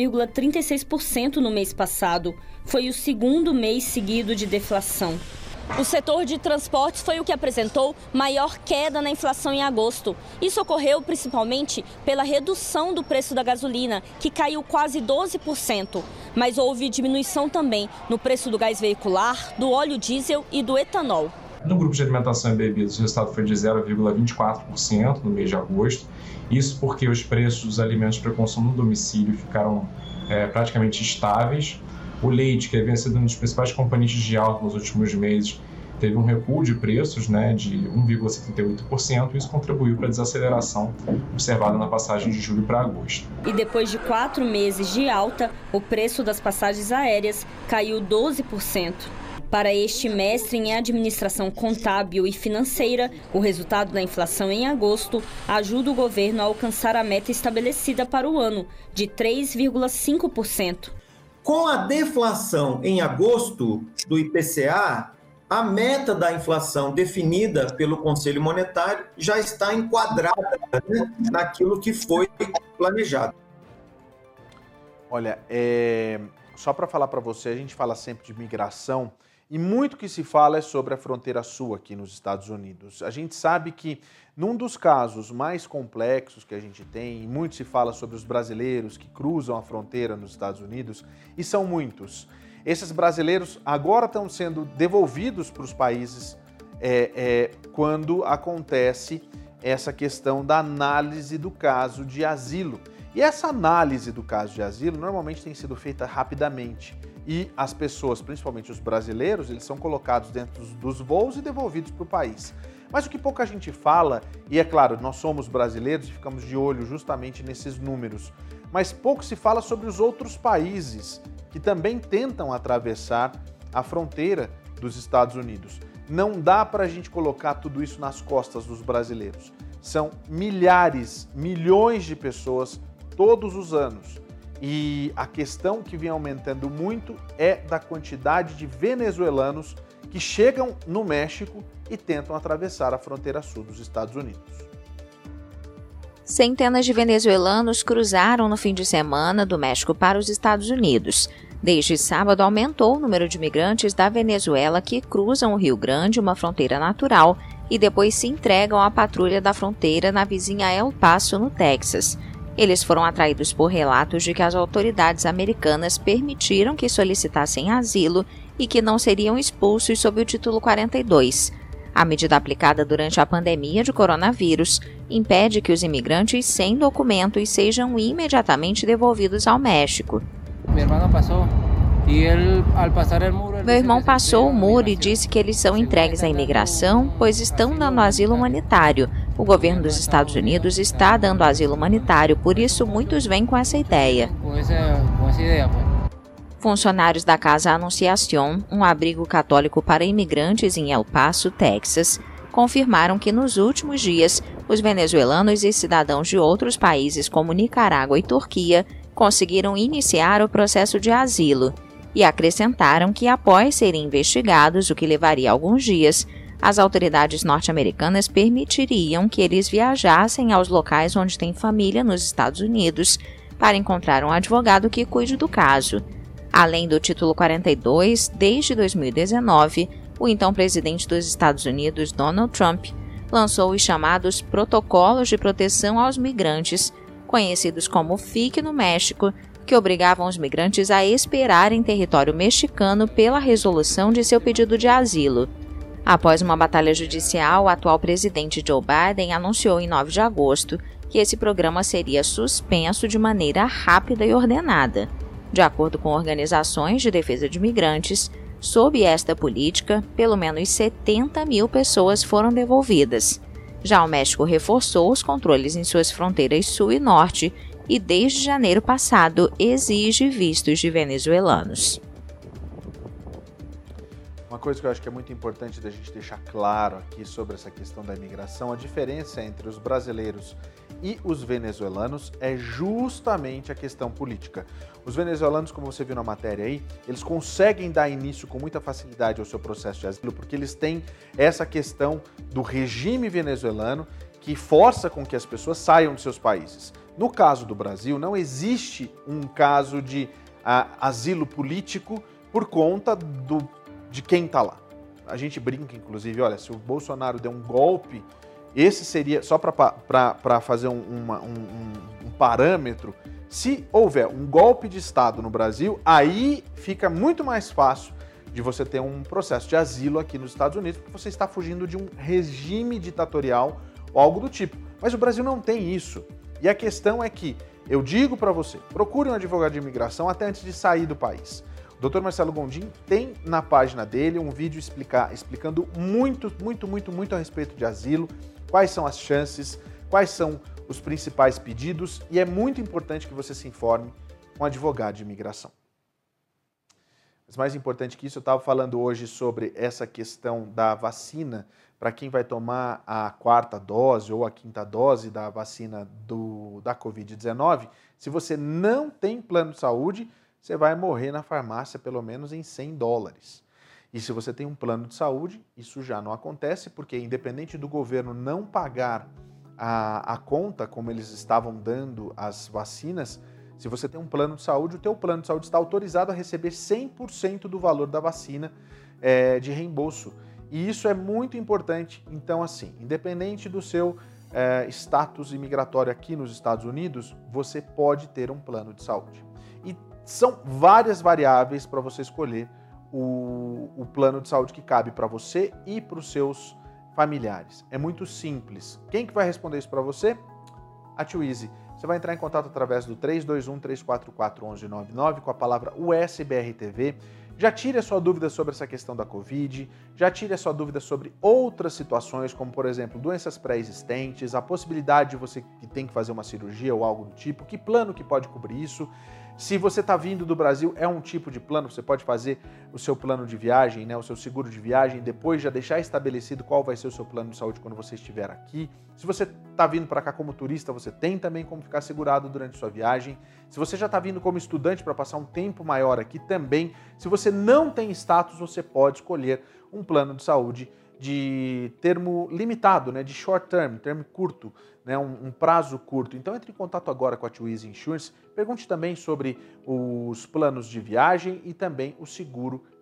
0,36% no mês passado. Foi o segundo mês seguido de deflação. O setor de transportes foi o que apresentou maior queda na inflação em agosto. Isso ocorreu principalmente pela redução do preço da gasolina, que caiu quase 12%. Mas houve diminuição também no preço do gás veicular, do óleo diesel e do etanol. No grupo de alimentação e bebidas, o resultado foi de 0,24% no mês de agosto. Isso porque os preços dos alimentos para consumo no domicílio ficaram praticamente estáveis. O leite, que havia sido um dos principais componentes de alta nos últimos meses, teve um recuo de preços de 1,78%, e isso contribuiu para a desaceleração observada na passagem de julho para agosto. E depois de 4 meses de alta, o preço das passagens aéreas caiu 12%. Para este mestre em administração contábil e financeira, o resultado da inflação em agosto ajuda o governo a alcançar a meta estabelecida para o ano, de 3,5%. Com a deflação em agosto do IPCA, a meta da inflação definida pelo Conselho Monetário já está enquadrada, né, naquilo que foi planejado. Olha, só para falar para você, a gente fala sempre de migração e muito que se fala é sobre a fronteira sul aqui nos Estados Unidos. A gente sabe que num dos casos mais complexos que a gente tem, muito se fala sobre os brasileiros que cruzam a fronteira nos Estados Unidos, e são muitos. Esses brasileiros agora estão sendo devolvidos para os países quando acontece essa questão da análise do caso de asilo. E essa análise do caso de asilo normalmente tem sido feita rapidamente. E as pessoas, principalmente os brasileiros, eles são colocados dentro dos voos e devolvidos para o país. Mas o que pouca gente fala, e é claro, nós somos brasileiros e ficamos de olho justamente nesses números, mas pouco se fala sobre os outros países que também tentam atravessar a fronteira dos Estados Unidos. Não dá para a gente colocar tudo isso nas costas dos brasileiros. São milhares, milhões de pessoas todos os anos. E a questão que vem aumentando muito é da quantidade de venezuelanos que chegam no México e tentam atravessar a fronteira sul dos Estados Unidos. Centenas de venezuelanos cruzaram no fim de semana do México para os Estados Unidos. Desde sábado, aumentou o número de imigrantes da Venezuela que cruzam o Rio Grande, uma fronteira natural, e depois se entregam à patrulha da fronteira na vizinha El Paso, no Texas. Eles foram atraídos por relatos de que as autoridades americanas permitiram que solicitassem asilo e que não seriam expulsos sob o título 42. A medida aplicada durante a pandemia de coronavírus impede que os imigrantes sem documentos sejam imediatamente devolvidos ao México. Meu irmão passou o muro e disse que eles são entregues à imigração, pois estão dando asilo humanitário. O governo dos Estados Unidos está dando asilo humanitário, por isso muitos vêm com essa ideia. Funcionários da Casa Anunciación, um abrigo católico para imigrantes em El Paso, Texas, confirmaram que nos últimos dias, os venezuelanos e cidadãos de outros países como Nicarágua e Turquia conseguiram iniciar o processo de asilo e acrescentaram que, após serem investigados, o que levaria alguns dias, as autoridades norte-americanas permitiriam que eles viajassem aos locais onde têm família nos Estados Unidos para encontrar um advogado que cuide do caso. Além do título 42, desde 2019, o então presidente dos Estados Unidos, Donald Trump, lançou os chamados Protocolos de Proteção aos Migrantes, conhecidos como FIC no México, que obrigavam os migrantes a esperar em território mexicano pela resolução de seu pedido de asilo. Após uma batalha judicial, o atual presidente Joe Biden anunciou em 9 de agosto que esse programa seria suspenso de maneira rápida e ordenada. De acordo com organizações de defesa de imigrantes, sob esta política, pelo menos 70 mil pessoas foram devolvidas. Já o México reforçou os controles em suas fronteiras sul e norte e, desde janeiro passado, exige vistos de venezuelanos. Uma coisa que eu acho que é muito importante da gente deixar claro aqui sobre essa questão da imigração, a diferença entre os brasileiros e os venezuelanos é justamente a questão política. Os venezuelanos, como você viu na matéria aí, eles conseguem dar início com muita facilidade ao seu processo de asilo porque eles têm essa questão do regime venezuelano que força com que as pessoas saiam de seus países. No caso do Brasil, não existe um caso de asilo político por conta de quem está lá. A gente brinca, inclusive, olha, se o Bolsonaro der um golpe, esse seria, só para fazer um parâmetro, se houver um golpe de Estado no Brasil, aí fica muito mais fácil de você ter um processo de asilo aqui nos Estados Unidos, porque você está fugindo de um regime ditatorial ou algo do tipo. Mas o Brasil não tem isso. E a questão é que, eu digo para você, procure um advogado de imigração até antes de sair do país. O Dr. Marcelo Gondim tem na página dele um vídeo explicando muito a respeito de asilo, quais são as chances, quais são os principais pedidos, e é muito importante que você se informe com um advogado de imigração. Mas mais importante que isso, eu estava falando hoje sobre essa questão da vacina para quem vai tomar a 4ª dose ou a 5ª dose da vacina da Covid-19. Se você não tem plano de saúde, você vai morrer na farmácia pelo menos em $100. E se você tem um plano de saúde, isso já não acontece, porque independente do governo não pagar a conta, como eles estavam dando as vacinas, se você tem um plano de saúde, o teu plano de saúde está autorizado a receber 100% do valor da vacina de reembolso. E isso é muito importante. Então, assim, independente do seu status imigratório aqui nos Estados Unidos, você pode ter um plano de saúde. E são várias variáveis para você escolher o plano de saúde que cabe para você e para os seus familiares. É muito simples. Quem que vai responder isso para você? A Twizy. Você vai entrar em contato através do 321-344-1199 com a palavra USBRTV. Já tire a sua dúvida sobre essa questão da Covid, já tire a sua dúvida sobre outras situações, como, por exemplo, doenças pré-existentes, a possibilidade de você que tem que fazer uma cirurgia ou algo do tipo, que plano que pode cobrir isso. Se você está vindo do Brasil, é um tipo de plano, você pode fazer o seu plano de viagem, né, o seu seguro de viagem, depois já deixar estabelecido qual vai ser o seu plano de saúde quando você estiver aqui. Se você está vindo para cá como turista, você tem também como ficar segurado durante sua viagem. Se você já está vindo como estudante para passar um tempo maior aqui também, se você não tem status, você pode escolher um plano de saúde de termo limitado, né, de short term, termo curto, né, um prazo curto. Então entre em contato agora com a Twizy Insurance, pergunte também sobre os planos de viagem e também o seguro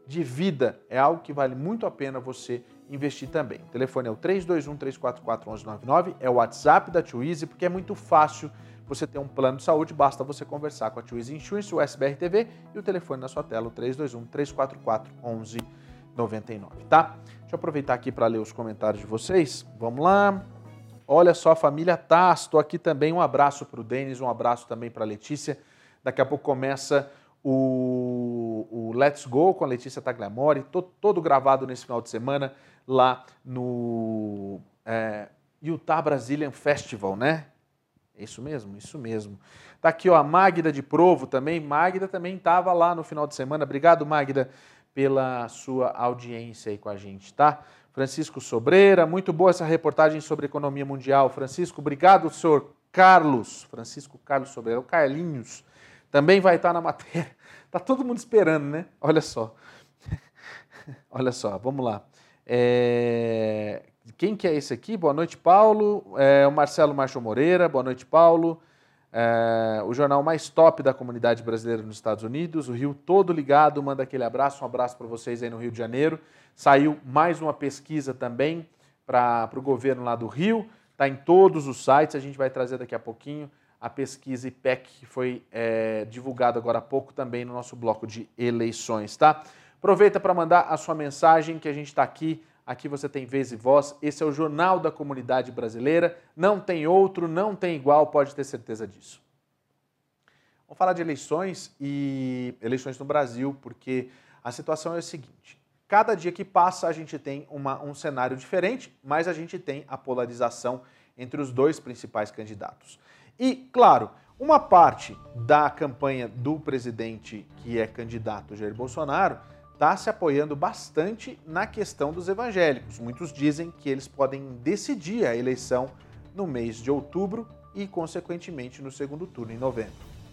de vida. É algo que vale muito a pena você investir também. O telefone é o 321-344-1199, é o WhatsApp da Twizy, porque é muito fácil você ter um plano de saúde, basta você conversar com a Twizy Insurance, o SBR TV e o telefone na sua tela, o 321-344-1199, tá? Deixa eu aproveitar aqui para ler os comentários de vocês. Vamos lá. Olha só, família Taz, estou aqui também. Um abraço para o Denis, um abraço também para a Letícia. Daqui a pouco começa o Let's Go com a Letícia Tagliamore, todo gravado nesse final de semana lá no Utah Brazilian Festival, né? Isso mesmo, isso mesmo. Tá aqui, ó, a Magda de Provo também. Magda também estava lá no final de semana. Obrigado, Magda, pela sua audiência aí com a gente, tá? Francisco Sobreira, muito boa essa reportagem sobre economia mundial. Francisco, obrigado, senhor Carlos. Francisco Carlos Sobreira, o Carlinhos, também vai estar na matéria. Tá todo mundo esperando, né? Olha só. Olha só, vamos lá. Quem que é esse aqui? Boa noite, Paulo. O Marcelo Marcho Moreira. Boa noite, Paulo. O jornal mais top da comunidade brasileira nos Estados Unidos. O Rio todo ligado. Manda aquele abraço. Um abraço para vocês aí no Rio de Janeiro. Saiu mais uma pesquisa também para o governo lá do Rio. Está em todos os sites. A gente vai trazer daqui a pouquinho a pesquisa IPEC, que foi divulgada agora há pouco também no nosso bloco de eleições, tá? Aproveita para mandar a sua mensagem, que a gente está aqui. Aqui você tem vez e voz. Esse é o Jornal da Comunidade Brasileira. Não tem outro, não tem igual, pode ter certeza disso. Vamos falar de eleições e eleições no Brasil, porque a situação é a seguinte. Cada dia que passa a gente tem um cenário diferente, mas a gente tem a polarização entre os dois principais candidatos. E, claro, uma parte da campanha do presidente que é candidato, Jair Bolsonaro, está se apoiando bastante na questão dos evangélicos. Muitos dizem que eles podem decidir a eleição no mês de outubro e, consequentemente, no segundo turno, em novembro.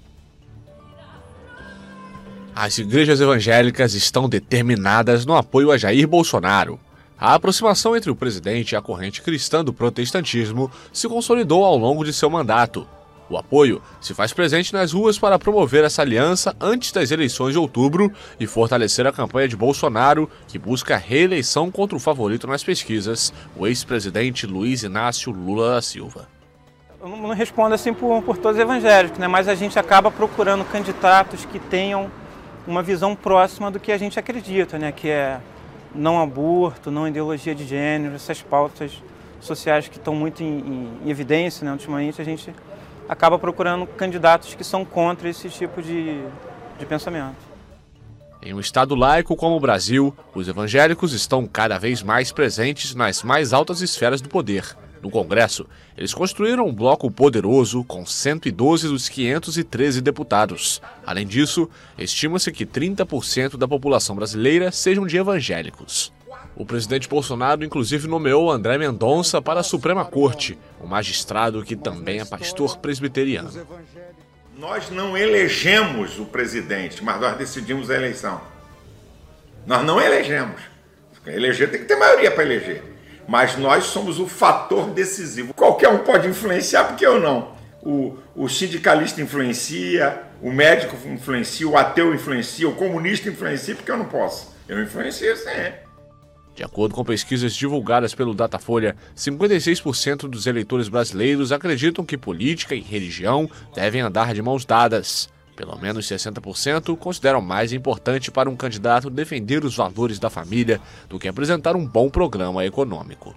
As igrejas evangélicas estão determinadas no apoio a Jair Bolsonaro. A aproximação entre o presidente e a corrente cristã do protestantismo se consolidou ao longo de seu mandato. O apoio se faz presente nas ruas para promover essa aliança antes das eleições de outubro e fortalecer a campanha de Bolsonaro, que busca a reeleição contra o favorito nas pesquisas, o ex-presidente Luiz Inácio Lula da Silva. Eu não respondo assim por todos os evangélicos, né? Mas a gente acaba procurando candidatos que tenham uma visão próxima do que a gente acredita, né? Que é não aborto, não ideologia de gênero, essas pautas sociais que estão muito em evidência, né? Ultimamente a gente acaba procurando candidatos que são contra esse tipo de pensamento. Em um estado laico como o Brasil, os evangélicos estão cada vez mais presentes nas mais altas esferas do poder. No Congresso, eles construíram um bloco poderoso com 112 dos 513 deputados. Além disso, estima-se que 30% da população brasileira sejam de evangélicos. O presidente Bolsonaro, inclusive, nomeou André Mendonça para a Suprema Corte, um magistrado que também é pastor presbiteriano. Nós não elegemos o presidente, mas nós decidimos a eleição. Nós não elegemos. Eleger tem que ter maioria para eleger. Mas nós somos o fator decisivo. Qualquer um pode influenciar, porque eu não. O sindicalista influencia, o médico influencia, o ateu influencia, o comunista influencia, porque eu não posso. Eu influencio sim. De acordo com pesquisas divulgadas pelo Datafolha, 56% dos eleitores brasileiros acreditam que política e religião devem andar de mãos dadas. Pelo menos 60% consideram mais importante para um candidato defender os valores da família do que apresentar um bom programa econômico.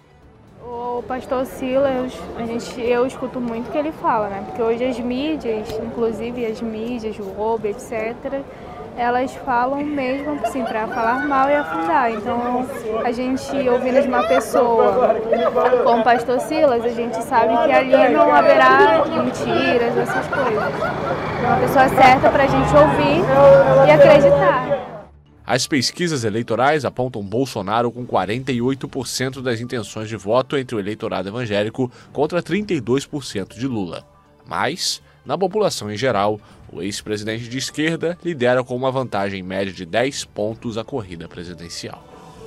O pastor Silas, eu escuto muito o que ele fala, né? Porque hoje as mídias, inclusive as mídias, o Globo, etc., elas falam mesmo assim, para falar mal e afundar. Então, a gente ouvindo de uma pessoa como o pastor Silas, a gente sabe que ali não haverá mentiras, essas coisas. É uma pessoa certa para a gente ouvir e acreditar. As pesquisas eleitorais apontam Bolsonaro com 48% das intenções de voto entre o eleitorado evangélico contra 32% de Lula. Mas, na população em geral, o ex-presidente de esquerda lidera com uma vantagem média de 10 pontos a corrida presidencial.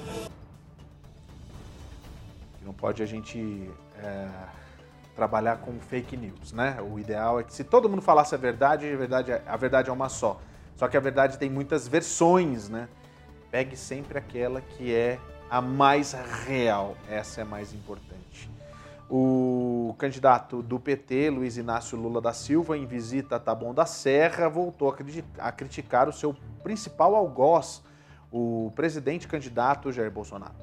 Não pode a gente trabalhar com fake news, né? O ideal é que se todo mundo falasse a verdade é uma só. Só que a verdade tem muitas versões, né? Pegue sempre aquela que é a mais real, essa é a mais importante. O candidato do PT, Luiz Inácio Lula da Silva, em visita a Taboão da Serra, voltou a criticar o seu principal algoz, o presidente candidato Jair Bolsonaro.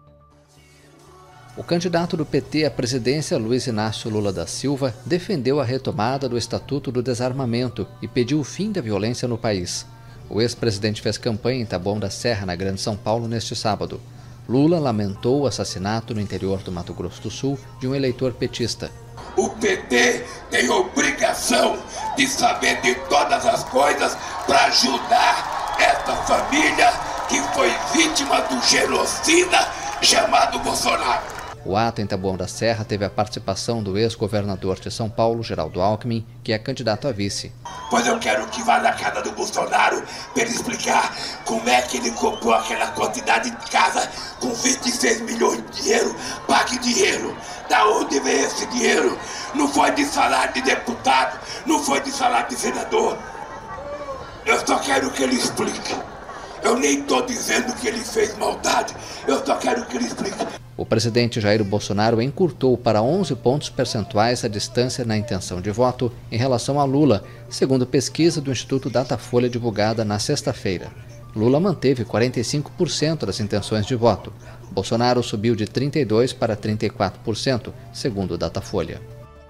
O candidato do PT à presidência, Luiz Inácio Lula da Silva, defendeu a retomada do Estatuto do Desarmamento e pediu o fim da violência no país. O ex-presidente fez campanha em Taboão da Serra, na Grande São Paulo, neste sábado. Lula lamentou o assassinato no interior do Mato Grosso do Sul de um eleitor petista. O PT tem obrigação de saber de todas as coisas para ajudar essa família que foi vítima do genocida chamado Bolsonaro. O ato em Taboão da Serra teve a participação do ex-governador de São Paulo, Geraldo Alckmin, que é candidato a vice. Pois eu quero que vá na casa do Bolsonaro para ele explicar como é que ele comprou aquela quantidade de casa com 26 milhões de dinheiro. Pague dinheiro. Da onde veio esse dinheiro? Não foi de salário de deputado, não foi de salário de senador. Eu só quero que ele explique. Eu nem estou dizendo que ele fez maldade, eu só quero que ele explique. O presidente Jair Bolsonaro encurtou para 11 pontos percentuais a distância na intenção de voto em relação a Lula, segundo pesquisa do Instituto Datafolha divulgada na sexta-feira. Lula manteve 45% das intenções de voto. Bolsonaro subiu de 32% para 34%, segundo o Datafolha.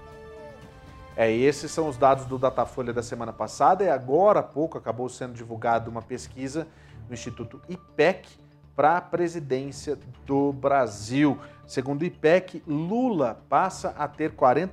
Esses são os dados do Datafolha da semana passada e agora há pouco acabou sendo divulgada uma pesquisa no Instituto IPEC para a presidência do Brasil. Segundo o IPEC, Lula passa de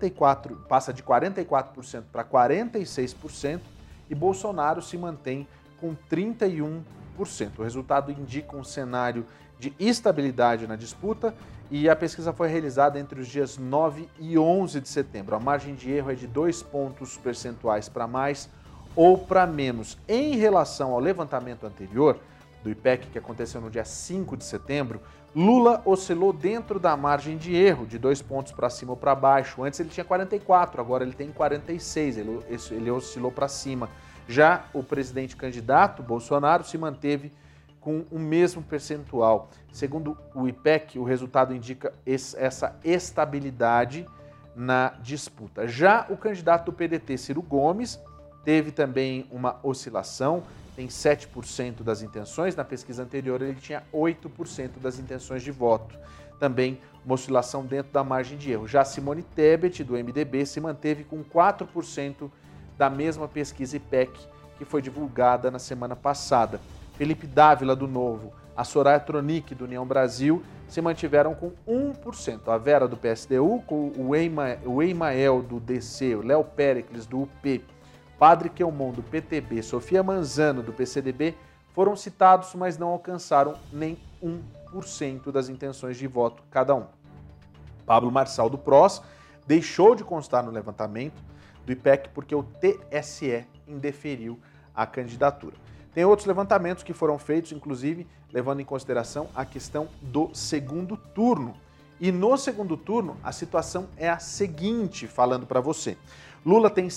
44% para 46% e Bolsonaro se mantém com 31%. O resultado indica um cenário de estabilidade na disputa e a pesquisa foi realizada entre os dias 9 e 11 de setembro. A margem de erro é de 2 pontos percentuais para mais ou para menos. Em relação ao levantamento anterior do IPEC, que aconteceu no dia 5 de setembro, Lula oscilou dentro da margem de erro, de 2 pontos para cima ou para baixo. Antes ele tinha 44, agora ele tem 46, ele oscilou para cima. Já o presidente candidato, Bolsonaro, se manteve com o mesmo percentual. Segundo o IPEC, o resultado indica essa estabilidade na disputa. Já o candidato do PDT, Ciro Gomes, teve também uma oscilação, tem 7% das intenções, na pesquisa anterior ele tinha 8% das intenções de voto. Também uma oscilação dentro da margem de erro. Já Simone Tebet, do MDB, se manteve com 4% da mesma pesquisa IPEC que foi divulgada na semana passada. Felipe Dávila, do Novo, a Soraya Tronic, do União Brasil, se mantiveram com 1%. A Vera, do PSDU, com o Eimael, do DC, o Léo Péricles, do UP, Padre Quelmon, do PTB, Sofia Manzano, do PCdoB, foram citados, mas não alcançaram nem 1% das intenções de voto cada um. Pablo Marçal, do PROS, deixou de constar no levantamento do IPEC porque o TSE indeferiu a candidatura. Tem outros levantamentos que foram feitos, inclusive levando em consideração a questão do segundo turno. E no segundo turno, a situação é a seguinte, falando para você. Lula tem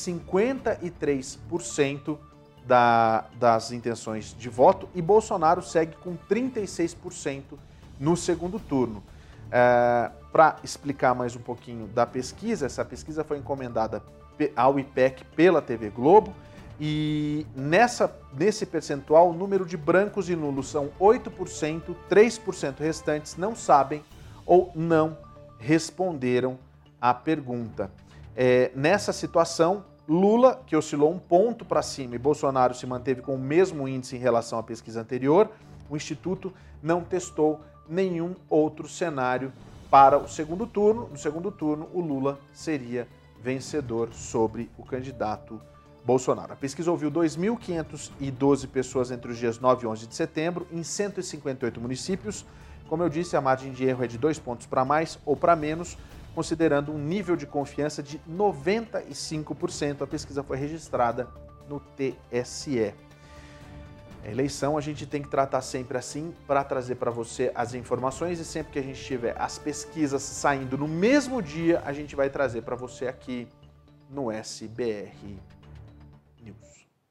53% das intenções de voto e Bolsonaro segue com 36% no segundo turno. Para explicar mais um pouquinho da pesquisa, essa pesquisa foi encomendada ao IPEC pela TV Globo e nesse percentual o número de brancos e nulos são 8%, 3% restantes não sabem ou não responderam à pergunta. Nessa situação, Lula, que oscilou 1 ponto para cima e Bolsonaro se manteve com o mesmo índice em relação à pesquisa anterior, o Instituto não testou nenhum outro cenário para o segundo turno. No segundo turno, o Lula seria vencedor sobre o candidato Bolsonaro. A pesquisa ouviu 2.512 pessoas entre os dias 9 e 11 de setembro, em 158 municípios. Como eu disse, a margem de erro é de 2 pontos para mais ou para menos, considerando um nível de confiança de 95%. A pesquisa foi registrada no TSE. A eleição a gente tem que tratar sempre assim para trazer para você as informações e sempre que a gente tiver as pesquisas saindo no mesmo dia, a gente vai trazer para você aqui no SBR News.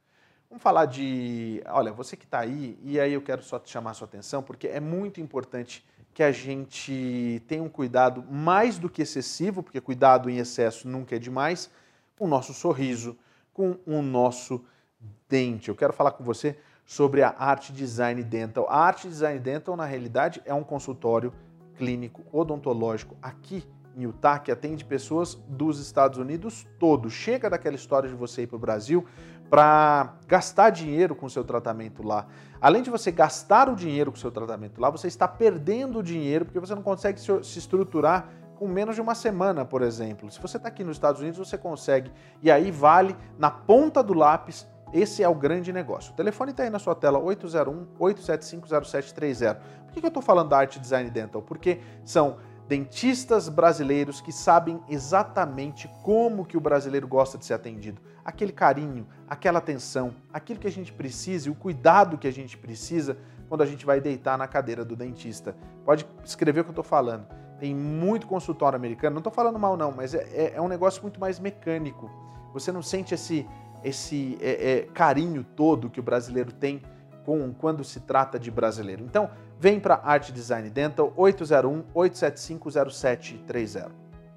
Vamos falar de... Olha, você que está aí, e aí eu quero só te chamar a sua atenção, porque é muito importante que a gente tenha um cuidado mais do que excessivo, porque cuidado em excesso nunca é demais, com o nosso sorriso, com o nosso dente. Eu quero falar com você sobre a Art Design Dental. A Art Design Dental, na realidade, é um consultório clínico odontológico aqui em Utah, que atende pessoas dos Estados Unidos todos. Chega daquela história de você ir para o Brasil para gastar dinheiro com o seu tratamento lá. Além de você gastar o dinheiro com o seu tratamento lá, você está perdendo o dinheiro porque você não consegue se estruturar com menos de uma semana, por exemplo. Se você está aqui nos Estados Unidos, você consegue. E aí vale na ponta do lápis. Esse é o grande negócio. O telefone está aí na sua tela, 801-875-0730. Por que eu estou falando da Art Design Dental? Porque são dentistas brasileiros que sabem exatamente como que o brasileiro gosta de ser atendido. Aquele carinho, aquela atenção, aquilo que a gente precisa e o cuidado que a gente precisa quando a gente vai deitar na cadeira do dentista. Pode escrever o que eu estou falando. Tem muito consultório americano, não estou falando mal não, mas é um negócio muito mais mecânico. Você não sente esse carinho todo que o brasileiro tem quando se trata de brasileiro. Então, vem para Art Design Dental, 801-875-0730.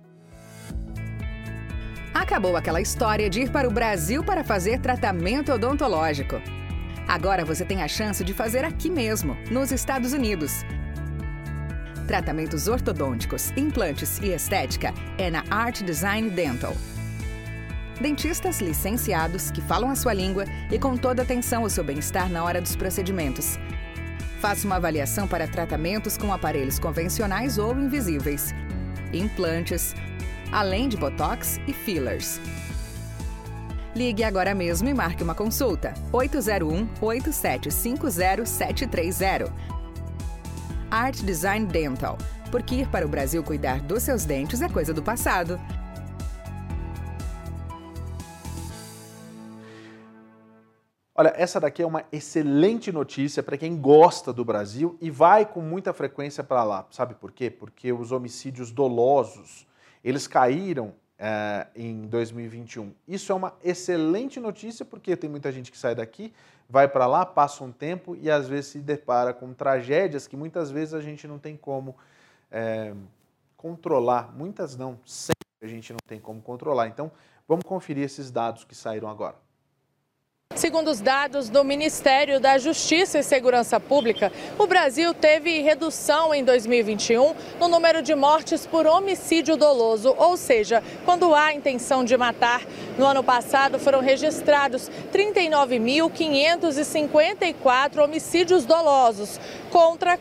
Acabou aquela história de ir para o Brasil para fazer tratamento odontológico. Agora você tem a chance de fazer aqui mesmo, nos Estados Unidos. Tratamentos ortodônticos, implantes e estética é na Art Design Dental. Dentistas licenciados que falam a sua língua e com toda atenção ao seu bem-estar na hora dos procedimentos. Faça uma avaliação para tratamentos com aparelhos convencionais ou invisíveis, implantes, além de botox e fillers. Ligue agora mesmo e marque uma consulta. 801-8750-730. Art Design Dental. Porque ir para o Brasil cuidar dos seus dentes é coisa do passado. Olha, essa daqui é uma excelente notícia para quem gosta do Brasil e vai com muita frequência para lá. Sabe por quê? Porque os homicídios dolosos, eles caíram em 2021. Isso é uma excelente notícia porque tem muita gente que sai daqui, vai para lá, passa um tempo e às vezes se depara com tragédias que muitas vezes a gente não tem como controlar. Muitas não, sempre a gente não tem como controlar. Então, vamos conferir esses dados que saíram agora. Segundo os dados do Ministério da Justiça e Segurança Pública, o Brasil teve redução em 2021 no número de mortes por homicídio doloso, ou seja, quando há intenção de matar. No ano passado foram registrados 39.554 homicídios dolosos, contra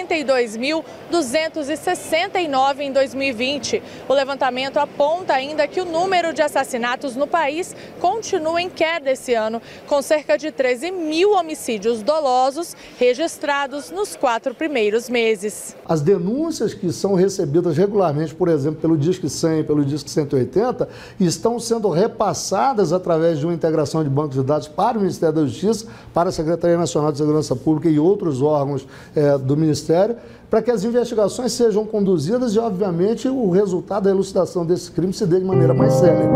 42.269 em 2020. O levantamento aponta ainda que o número de assassinatos no país continua em queda esse ano, com cerca de 13 mil homicídios dolosos registrados nos 4 primeiros meses. As denúncias que são recebidas regularmente, por exemplo, pelo Disque 100, pelo Disque 180, estão sendo repassadas através de uma integração de bancos de dados para o Ministério da Justiça, para a Secretaria Nacional de Segurança Pública e outros órgãos do Ministério, para que as investigações sejam conduzidas e, obviamente, o resultado da elucidação desse crime se dê de maneira mais célere.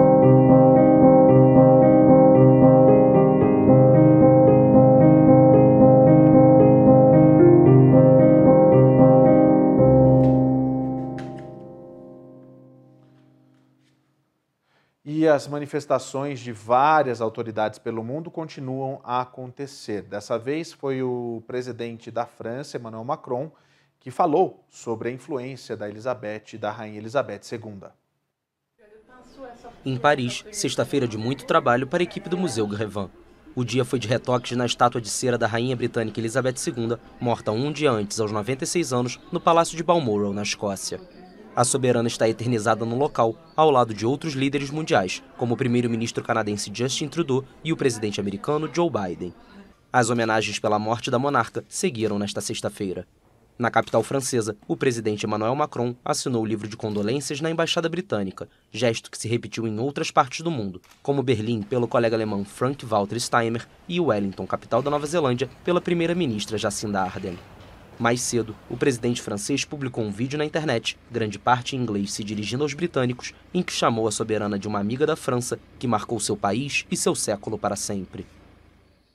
E as manifestações de várias autoridades pelo mundo continuam a acontecer. Dessa vez foi o presidente da França, Emmanuel Macron, que falou sobre a influência da Rainha Elizabeth II. Em Paris, sexta-feira de muito trabalho para a equipe do Museu Grévin. O dia foi de retoques na estátua de cera da rainha britânica Elizabeth II, morta um dia antes, aos 96 anos, no Palácio de Balmoral, na Escócia. A soberana está eternizada no local, ao lado de outros líderes mundiais, como o primeiro-ministro canadense Justin Trudeau e o presidente americano Joe Biden. As homenagens pela morte da monarca seguiram nesta sexta-feira. Na capital francesa, o presidente Emmanuel Macron assinou o livro de condolências na Embaixada Britânica, gesto que se repetiu em outras partes do mundo, como Berlim pelo colega alemão Frank-Walter Steinmeier e Wellington, capital da Nova Zelândia, pela primeira-ministra Jacinda Ardern. Mais cedo, o presidente francês publicou um vídeo na internet, grande parte em inglês se dirigindo aos britânicos, em que chamou a soberana de uma amiga da França que marcou seu país e seu século para sempre.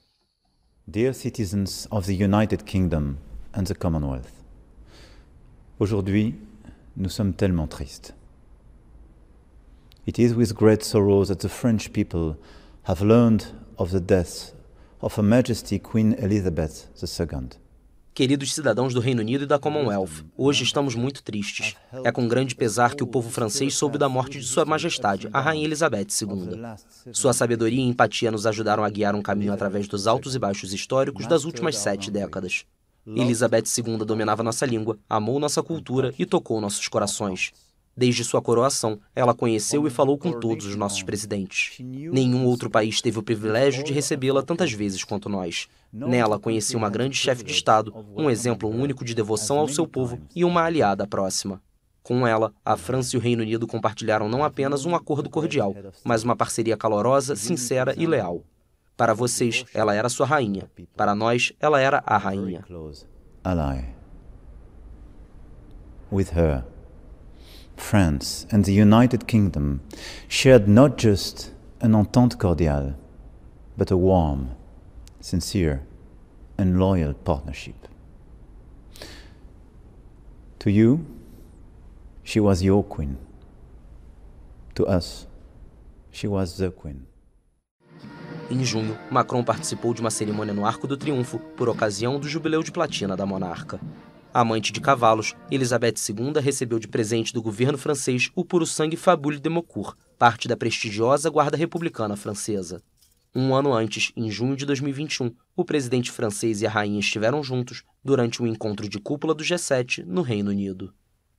Dear citizens of the United Kingdom and the Commonwealth, aujourd'hui, nous sommes tellement tristes. It is with great sorrow that the French people have learned of the death of Her Majesty Queen Elizabeth II. Queridos cidadãos do Reino Unido e da Commonwealth, hoje estamos muito tristes. É com grande pesar que o povo francês soube da morte de Sua Majestade, a Rainha Elizabeth II. Sua sabedoria e empatia nos ajudaram a guiar um caminho através dos altos e baixos históricos das últimas 7 décadas. Elizabeth II dominava nossa língua, amou nossa cultura e tocou nossos corações. Desde sua coroação, ela conheceu e falou com todos os nossos presidentes. Nenhum outro país teve o privilégio de recebê-la tantas vezes quanto nós. Nela, conheci uma grande chefe de Estado, um exemplo único de devoção ao seu povo e uma aliada próxima. Com ela, a França e o Reino Unido compartilharam não apenas um acordo cordial, mas uma parceria calorosa, sincera e leal. Para vocês, ela era sua rainha. Para nós, ela era a rainha. Ally. With her, France and the United Kingdom shared not just an entente cordiale, but a warm, sincere and loyal partnership. To you, she was your queen. To us, she was the queen. Em junho, Macron participou de uma cerimônia no Arco do Triunfo por ocasião do jubileu de platina da monarca. Amante de cavalos, Elizabeth II recebeu de presente do governo francês o puro-sangue Fabule de Maucourt, parte da prestigiosa Guarda Republicana Francesa. Um ano antes, em junho de 2021, o presidente francês e a rainha estiveram juntos durante um encontro de cúpula do G7 no Reino Unido.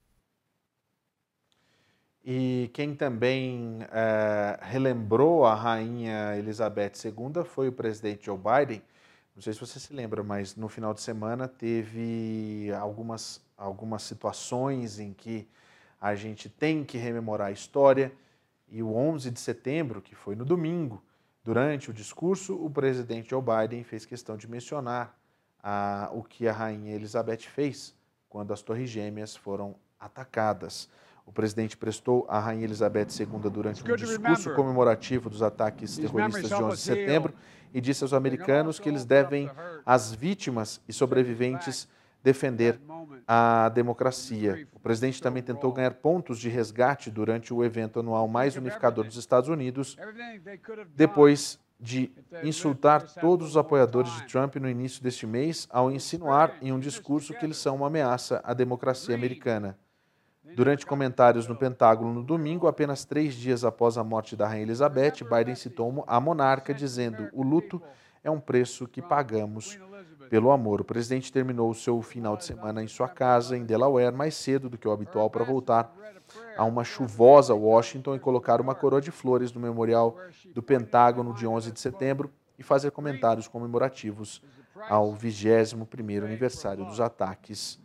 E quem também relembrou a rainha Elizabeth II foi o presidente Joe Biden. Não sei se você se lembra, mas no final de semana teve algumas situações em que a gente tem que rememorar a história. E o 11 de setembro, que foi no domingo, durante o discurso, o presidente Joe Biden fez questão de mencionar o que a rainha Elizabeth fez quando as Torres Gêmeas foram atacadas. O presidente prestou à rainha Elizabeth II durante um discurso comemorativo dos ataques terroristas de 11 de setembro e disse aos americanos que eles devem, às vítimas e sobreviventes, defender a democracia. O presidente também tentou ganhar pontos de resgate durante o evento anual mais unificador dos Estados Unidos, depois de insultar todos os apoiadores de Trump no início deste mês, ao insinuar em um discurso que eles são uma ameaça à democracia americana. Durante comentários no Pentágono no domingo, apenas 3 dias após a morte da rainha Elizabeth, Biden citou a monarca, dizendo: "O luto é um preço que pagamos pelo amor." O presidente terminou o seu final de semana em sua casa, em Delaware, mais cedo do que o habitual para voltar a uma chuvosa Washington e colocar uma coroa de flores no memorial do Pentágono de 11 de setembro e fazer comentários comemorativos ao 21º aniversário dos ataques.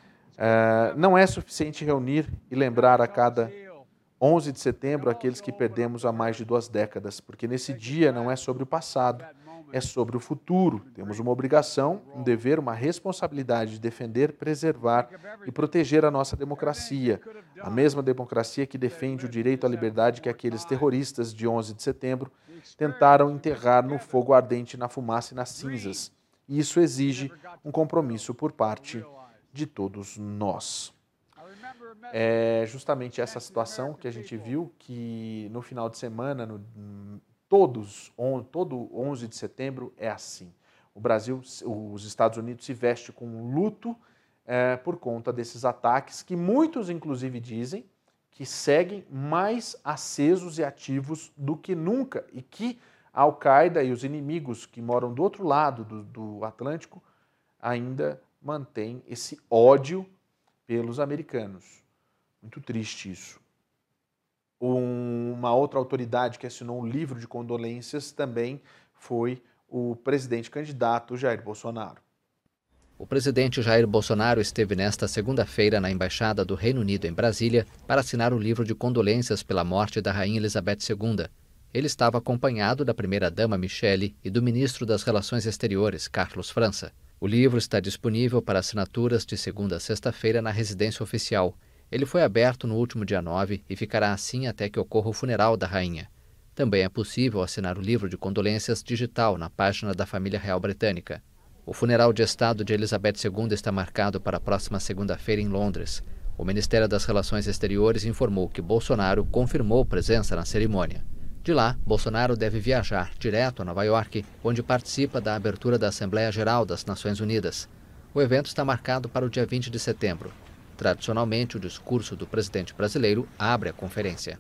Não é suficiente reunir e lembrar a cada 11 de setembro aqueles que perdemos há mais de 2 décadas, porque nesse dia não é sobre o passado, é sobre o futuro. Temos uma obrigação, um dever, uma responsabilidade de defender, preservar e proteger a nossa democracia, a mesma democracia que defende o direito à liberdade que aqueles terroristas de 11 de setembro tentaram enterrar no fogo ardente, na fumaça e nas cinzas. E isso exige um compromisso por parte de todos nós. É justamente essa situação que a gente viu que no final de semana, todo 11 de setembro é assim. O Brasil, os Estados Unidos se veste com luto por conta desses ataques que muitos inclusive dizem que seguem mais acesos e ativos do que nunca e que a Al-Qaeda e os inimigos que moram do outro lado do Atlântico ainda mantém esse ódio pelos americanos. Muito triste isso. Uma outra autoridade que assinou um livro de condolências também foi o presidente candidato Jair Bolsonaro. O presidente Jair Bolsonaro esteve nesta segunda-feira na Embaixada do Reino Unido em Brasília para assinar o livro de condolências pela morte da rainha Elizabeth II. Ele estava acompanhado da primeira-dama Michele e do ministro das Relações Exteriores, Carlos França. O livro está disponível para assinaturas de segunda a sexta-feira na residência oficial. Ele foi aberto no último dia 9 e ficará assim até que ocorra o funeral da rainha. Também é possível assinar o livro de condolências digital na página da família real britânica. O funeral de Estado de Elizabeth II está marcado para a próxima segunda-feira em Londres. O Ministério das Relações Exteriores informou que Bolsonaro confirmou presença na cerimônia. De lá, Bolsonaro deve viajar direto a Nova York, onde participa da abertura da Assembleia Geral das Nações Unidas. O evento está marcado para o dia 20 de setembro. Tradicionalmente, o discurso do presidente brasileiro abre a conferência.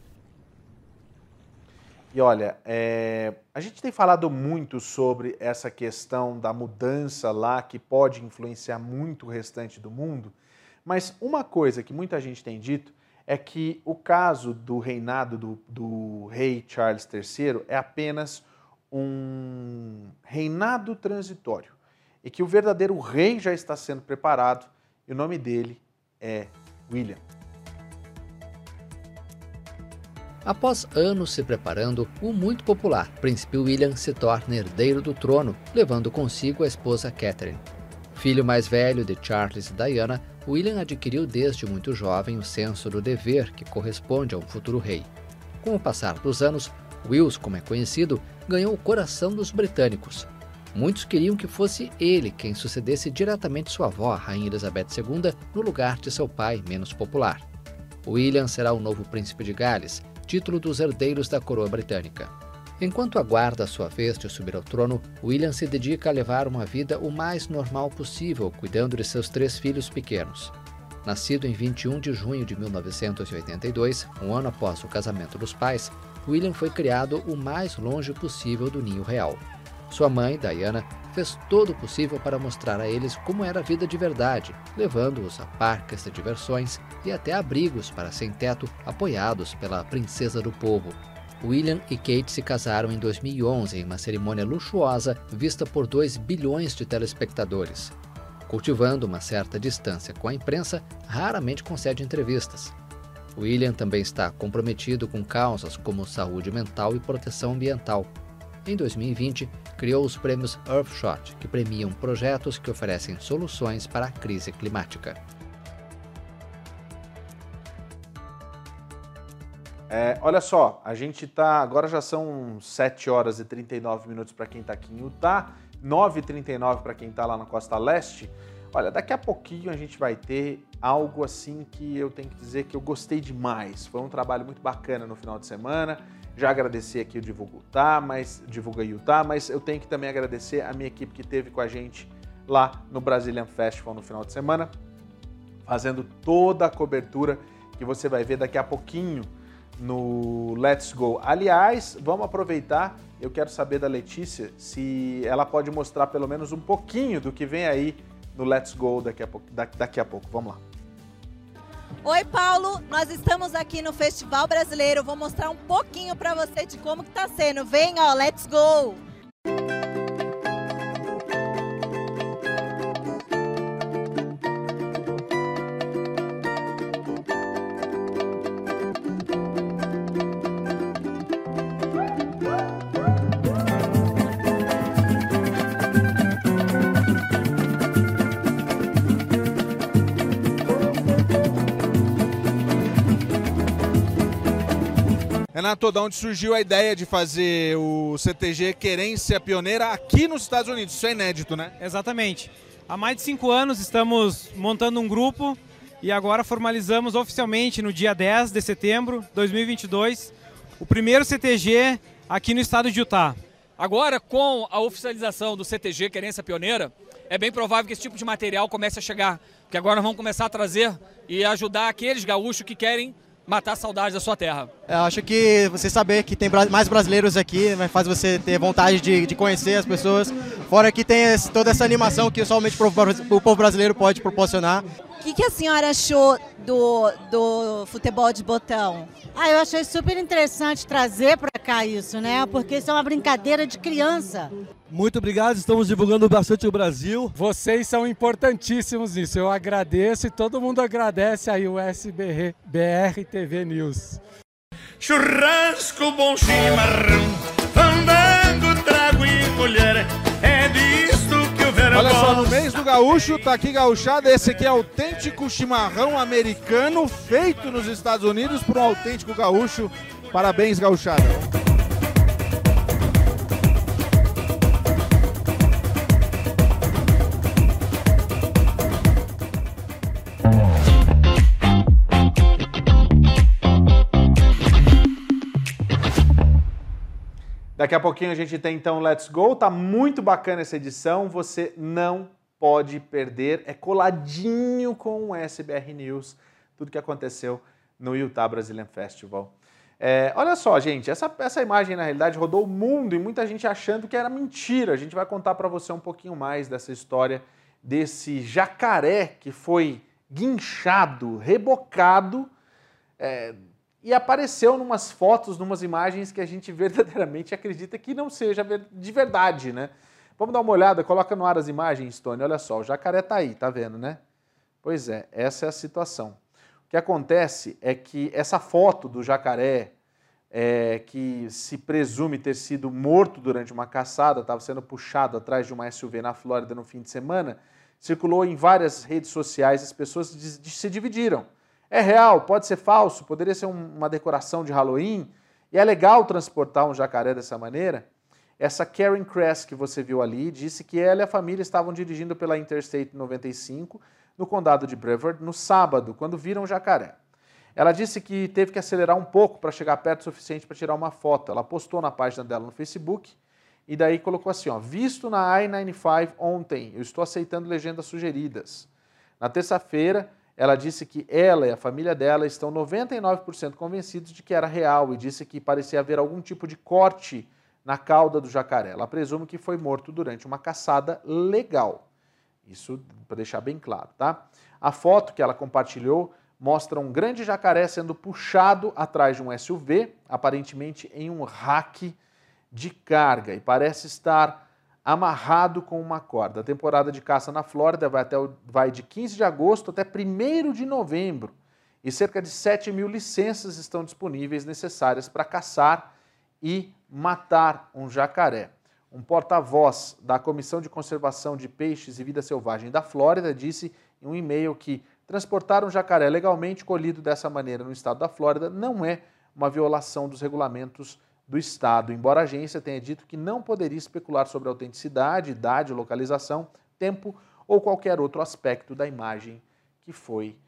E olha, a gente tem falado muito sobre essa questão da mudança lá, que pode influenciar muito o restante do mundo, mas uma coisa que muita gente tem dito é que o caso do reinado do rei Charles III é apenas um reinado transitório e que o verdadeiro rei já está sendo preparado e o nome dele é William. Após anos se preparando, o muito popular príncipe William se torna herdeiro do trono, levando consigo a esposa Catherine. Filho mais velho de Charles e Diana, William adquiriu desde muito jovem o senso do dever que corresponde a um futuro rei. Com o passar dos anos, Wills, como é conhecido, ganhou o coração dos britânicos. Muitos queriam que fosse ele quem sucedesse diretamente sua avó, a Rainha Elizabeth II, no lugar de seu pai, menos popular. William será o novo príncipe de Gales, título dos herdeiros da coroa britânica. Enquanto aguarda a sua vez de subir ao trono, William se dedica a levar uma vida o mais normal possível, cuidando de seus 3 filhos pequenos. Nascido em 21 de junho de 1982, um ano após o casamento dos pais, William foi criado o mais longe possível do ninho real. Sua mãe, Diana, fez todo o possível para mostrar a eles como era a vida de verdade, levando-os a parques de diversões e até abrigos para sem-teto, apoiados pela princesa do povo. William e Kate se casaram em 2011 em uma cerimônia luxuosa vista por 2 bilhões de telespectadores. Cultivando uma certa distância com a imprensa, raramente concede entrevistas. William também está comprometido com causas como saúde mental e proteção ambiental. Em 2020, criou os prêmios Earthshot, que premiam projetos que oferecem soluções para a crise climática. Olha só, a gente tá, agora já são 7 horas e 39 minutos para quem está aqui em Utah, 9h39 para quem está lá na Costa Leste. Olha, daqui a pouquinho a gente vai ter algo assim que eu tenho que dizer que eu gostei demais. Foi um trabalho muito bacana no final de semana. Já agradeci aqui o Divulga Utah, mas eu tenho que também agradecer a minha equipe que esteve com a gente lá no Brazilian Festival no final de semana, fazendo toda a cobertura que você vai ver daqui a pouquinho no Let's Go. Aliás, vamos aproveitar, eu quero saber da Letícia se ela pode mostrar pelo menos um pouquinho do que vem aí no Let's Go daqui a pouco. Vamos lá. Oi, Paulo, nós estamos aqui no Festival Brasileiro, vou mostrar um pouquinho para você de como que tá sendo. Vem, ó, Let's Go! Renato, de onde surgiu a ideia de fazer o CTG Querência Pioneira aqui nos Estados Unidos? Isso é inédito, né? Exatamente. Há mais de 5 anos estamos montando um grupo e agora formalizamos oficialmente no dia 10 de setembro de 2022 o primeiro CTG aqui no estado de Utah. Agora, com a oficialização do CTG Querência Pioneira, é bem provável que esse tipo de material comece a chegar, porque agora nós vamos começar a trazer e ajudar aqueles gaúchos que querem matar a saudade da sua terra. Eu acho que você saber que tem mais brasileiros aqui vai fazer você ter vontade de conhecer as pessoas. Fora que tem toda essa animação que somente o povo brasileiro pode proporcionar. O que a senhora achou do futebol de botão? Eu achei super interessante trazer para cá isso, né? Porque isso é uma brincadeira de criança. Muito obrigado, estamos divulgando bastante o Brasil. Vocês são importantíssimos nisso, eu agradeço e todo mundo agradece aí o SBR TV News. Churrasco, bom chimarrão, fandango, trago e mulher, é disto que o verão. Olha só, no mês do gaúcho, tá aqui gauchada, esse aqui é autêntico chimarrão americano, feito nos Estados Unidos por um autêntico gaúcho. Parabéns, gauchada. Daqui a pouquinho a gente tem então Let's Go, tá muito bacana essa edição, você não pode perder, é coladinho com o SBR News, tudo que aconteceu no Utah Brazilian Festival. Olha só, gente, essa imagem na realidade rodou o mundo e muita gente achando que era mentira. A gente vai contar para você um pouquinho mais dessa história desse jacaré que foi guinchado, rebocado e apareceu numas fotos, numas imagens que a gente verdadeiramente acredita que não seja de verdade, né? Vamos dar uma olhada, coloca no ar as imagens, Tony. Olha só, o jacaré tá aí, tá vendo, né? Pois é, essa é a situação. O que acontece é que essa foto do jacaré, que se presume ter sido morto durante uma caçada, estava sendo puxado atrás de uma SUV na Flórida no fim de semana, circulou em várias redes sociais, as pessoas se dividiram. É real, pode ser falso, poderia ser uma decoração de Halloween, e é legal transportar um jacaré dessa maneira? Essa Karen Kress que você viu ali disse que ela e a família estavam dirigindo pela Interstate 95 no condado de Brevard no sábado, quando viram o jacaré. Ela disse que teve que acelerar um pouco para chegar perto o suficiente para tirar uma foto. Ela postou na página dela no Facebook e daí colocou assim, ó, visto na I-95 ontem, eu estou aceitando legendas sugeridas. Na terça-feira, ela disse que ela e a família dela estão 99% convencidos de que era real e disse que parecia haver algum tipo de corte na cauda do jacaré. Ela presume que foi morto durante uma caçada legal. Isso para deixar bem claro, tá? A foto que ela compartilhou mostra um grande jacaré sendo puxado atrás de um SUV, aparentemente em um rack de carga, e parece estar amarrado com uma corda. A temporada de caça na Flórida vai de 15 de agosto até 1º de novembro, e cerca de 7.000 licenças estão disponíveis necessárias para caçar e matar um jacaré. Um porta-voz da Comissão de Conservação de Peixes e Vida Selvagem da Flórida disse em um e-mail que transportar um jacaré legalmente colhido dessa maneira no estado da Flórida não é uma violação dos regulamentos do estado, embora a agência tenha dito que não poderia especular sobre a autenticidade, idade, localização, tempo ou qualquer outro aspecto da imagem que foi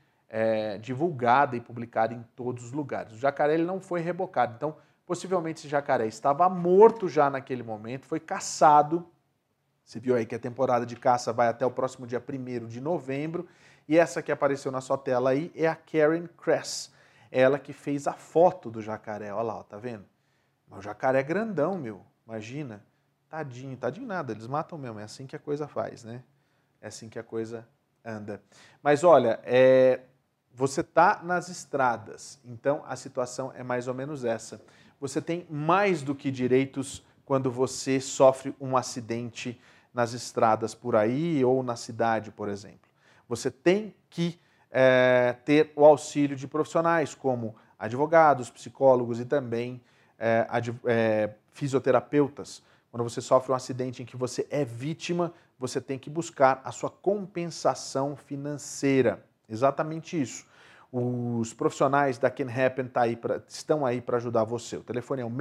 divulgada e publicada em todos os lugares. O jacaré ele não foi rebocado, então possivelmente esse jacaré estava morto já naquele momento, foi caçado. Você viu aí que a temporada de caça vai até o próximo dia 1º de novembro. E essa que apareceu na sua tela aí é a Karen Kress. Ela que fez a foto do jacaré. Olha lá, ó, tá vendo? Mas o jacaré é grandão, meu. Imagina. Tadinho nada, eles matam mesmo. É assim que a coisa faz, né? É assim que a coisa anda. Mas olha, você tá nas estradas, então a situação é mais ou menos essa. Você tem mais do que direitos quando você sofre um acidente nas estradas por aí ou na cidade, por exemplo. Você tem que ter o auxílio de profissionais como advogados, psicólogos e também fisioterapeutas. Quando você sofre um acidente em que você é vítima, você tem que buscar a sua compensação financeira. Exatamente isso. Os profissionais da Can Happen estão aí para ajudar você. O telefone é o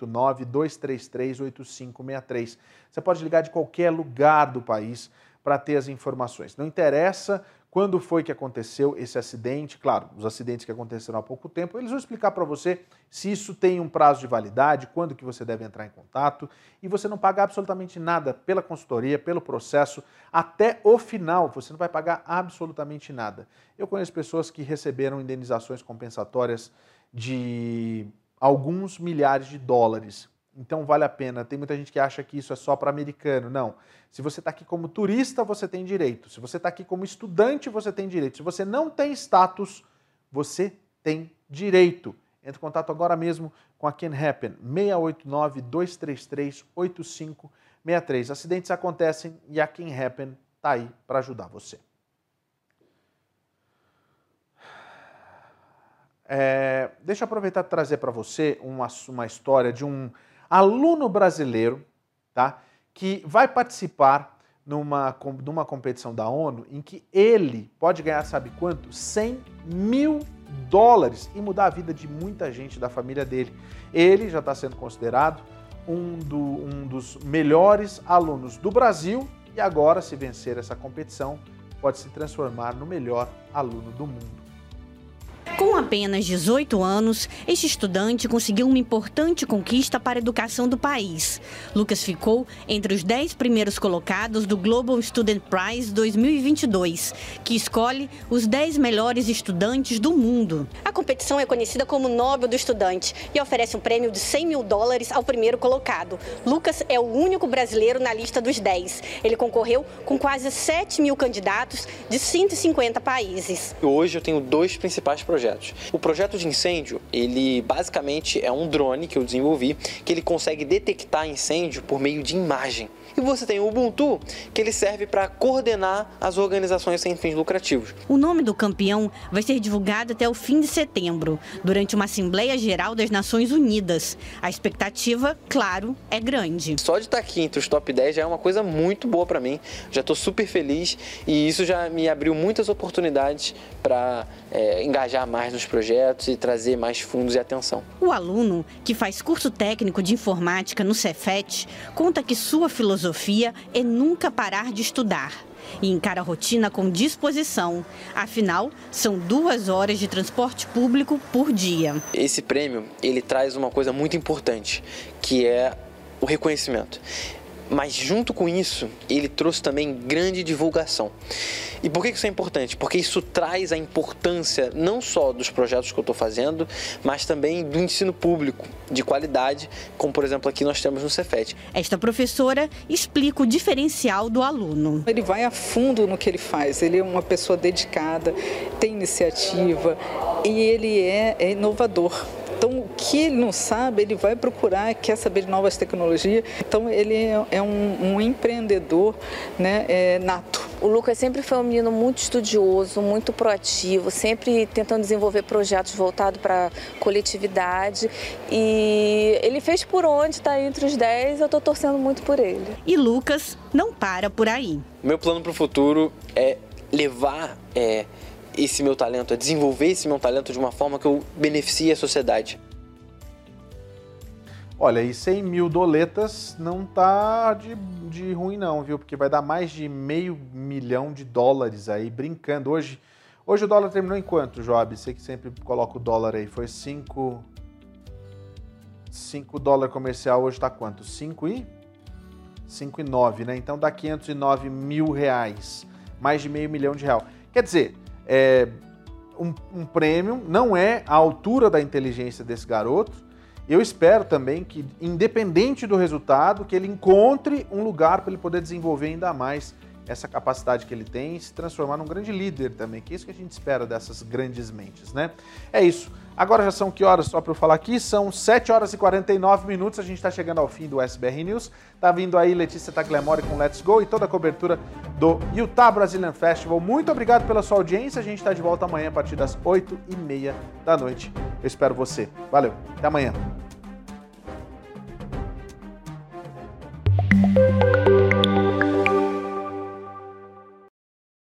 689-233-8563. Você pode ligar de qualquer lugar do país para ter as informações. Não interessa quando foi que aconteceu esse acidente. Claro, os acidentes que aconteceram há pouco tempo, eles vão explicar para você se isso tem um prazo de validade, quando que você deve entrar em contato, e você não paga absolutamente nada pela consultoria, pelo processo, até o final, você não vai pagar absolutamente nada. Eu conheço pessoas que receberam indenizações compensatórias de alguns milhares de dólares. Então vale a pena. Tem muita gente que acha que isso é só para americano. Não. Se você está aqui como turista, você tem direito. Se você está aqui como estudante, você tem direito. Se você não tem status, você tem direito. Entre em contato agora mesmo com a Can Happen, 689-233-8563. Acidentes acontecem e a Can Happen está aí para ajudar você. Deixa eu aproveitar e trazer para você uma história de um aluno brasileiro, tá, que vai participar numa competição da ONU em que ele pode ganhar, sabe quanto? $100.000 e mudar a vida de muita gente da família dele. Ele já está sendo considerado um dos melhores alunos do Brasil e agora, se vencer essa competição, pode se transformar no melhor aluno do mundo. Com apenas 18 anos, este estudante conseguiu uma importante conquista para a educação do país. Lucas ficou entre os 10 primeiros colocados do Global Student Prize 2022, que escolhe os 10 melhores estudantes do mundo. A competição é conhecida como Nobel do Estudante e oferece um prêmio de $100 mil ao primeiro colocado. Lucas é o único brasileiro na lista dos 10. Ele concorreu com quase 7 mil candidatos de 150 países. Hoje eu tenho 2 principais projetos. O projeto de incêndio, ele basicamente é um drone que eu desenvolvi, que ele consegue detectar incêndio por meio de imagem. E você tem o Ubuntu, que ele serve para coordenar as organizações sem fins lucrativos. O nome do campeão vai ser divulgado até o fim de setembro, durante uma Assembleia Geral das Nações Unidas. A expectativa, claro, é grande. Só de estar aqui entre os top 10 já é uma coisa muito boa para mim. Já estou super feliz e isso já me abriu muitas oportunidades para engajar mais nos projetos e trazer mais fundos e atenção. O aluno, que faz curso técnico de informática no Cefet, conta que sua filosofia é nunca parar de estudar e encara a rotina com disposição. Afinal, são 2 horas de transporte público por dia. Esse prêmio, ele traz uma coisa muito importante, que é o reconhecimento. Mas junto com isso, ele trouxe também grande divulgação. E por que isso é importante? Porque isso traz a importância não só dos projetos que eu estou fazendo, mas também do ensino público de qualidade, como por exemplo aqui nós temos no Cefet. Esta professora explica o diferencial do aluno. Ele vai a fundo no que ele faz, ele é uma pessoa dedicada, tem iniciativa e ele é inovador. Então, o que ele não sabe, ele vai procurar, quer saber de novas tecnologias. Então, ele é um empreendedor, né, nato. O Lucas sempre foi um menino muito estudioso, muito proativo, sempre tentando desenvolver projetos voltados para a coletividade. E ele fez por onde, está entre os 10, eu estou torcendo muito por ele. E Lucas não para por aí. Meu plano para o futuro é levar esse meu talento, é desenvolver esse meu talento de uma forma que eu beneficie a sociedade. Olha, e 100 mil doletas não tá de ruim não, viu? Porque vai dar mais de $500 milhão aí, brincando. Hoje o dólar terminou em quanto, Job? Você que sempre coloca o dólar aí. Foi 5 dólar comercial, hoje tá quanto? 5,9, né? Então dá R$509 mil. Mais de R$500 milhão. Quer dizer, um prêmio, não é à altura da inteligência desse garoto. Eu espero também que, independente do resultado, que ele encontre um lugar para ele poder desenvolver ainda mais essa capacidade que ele tem e se transformar num grande líder também, que é isso que a gente espera dessas grandes mentes, né? É isso. Agora já são que horas, só para eu falar aqui? São 7h49, a gente está chegando ao fim do SBR News. Tá vindo aí Letícia Tagliamore com Let's Go e toda a cobertura do Utah Brazilian Festival. Muito obrigado pela sua audiência, a gente está de volta amanhã a partir das 8h30 da noite. Eu espero você. Valeu, até amanhã.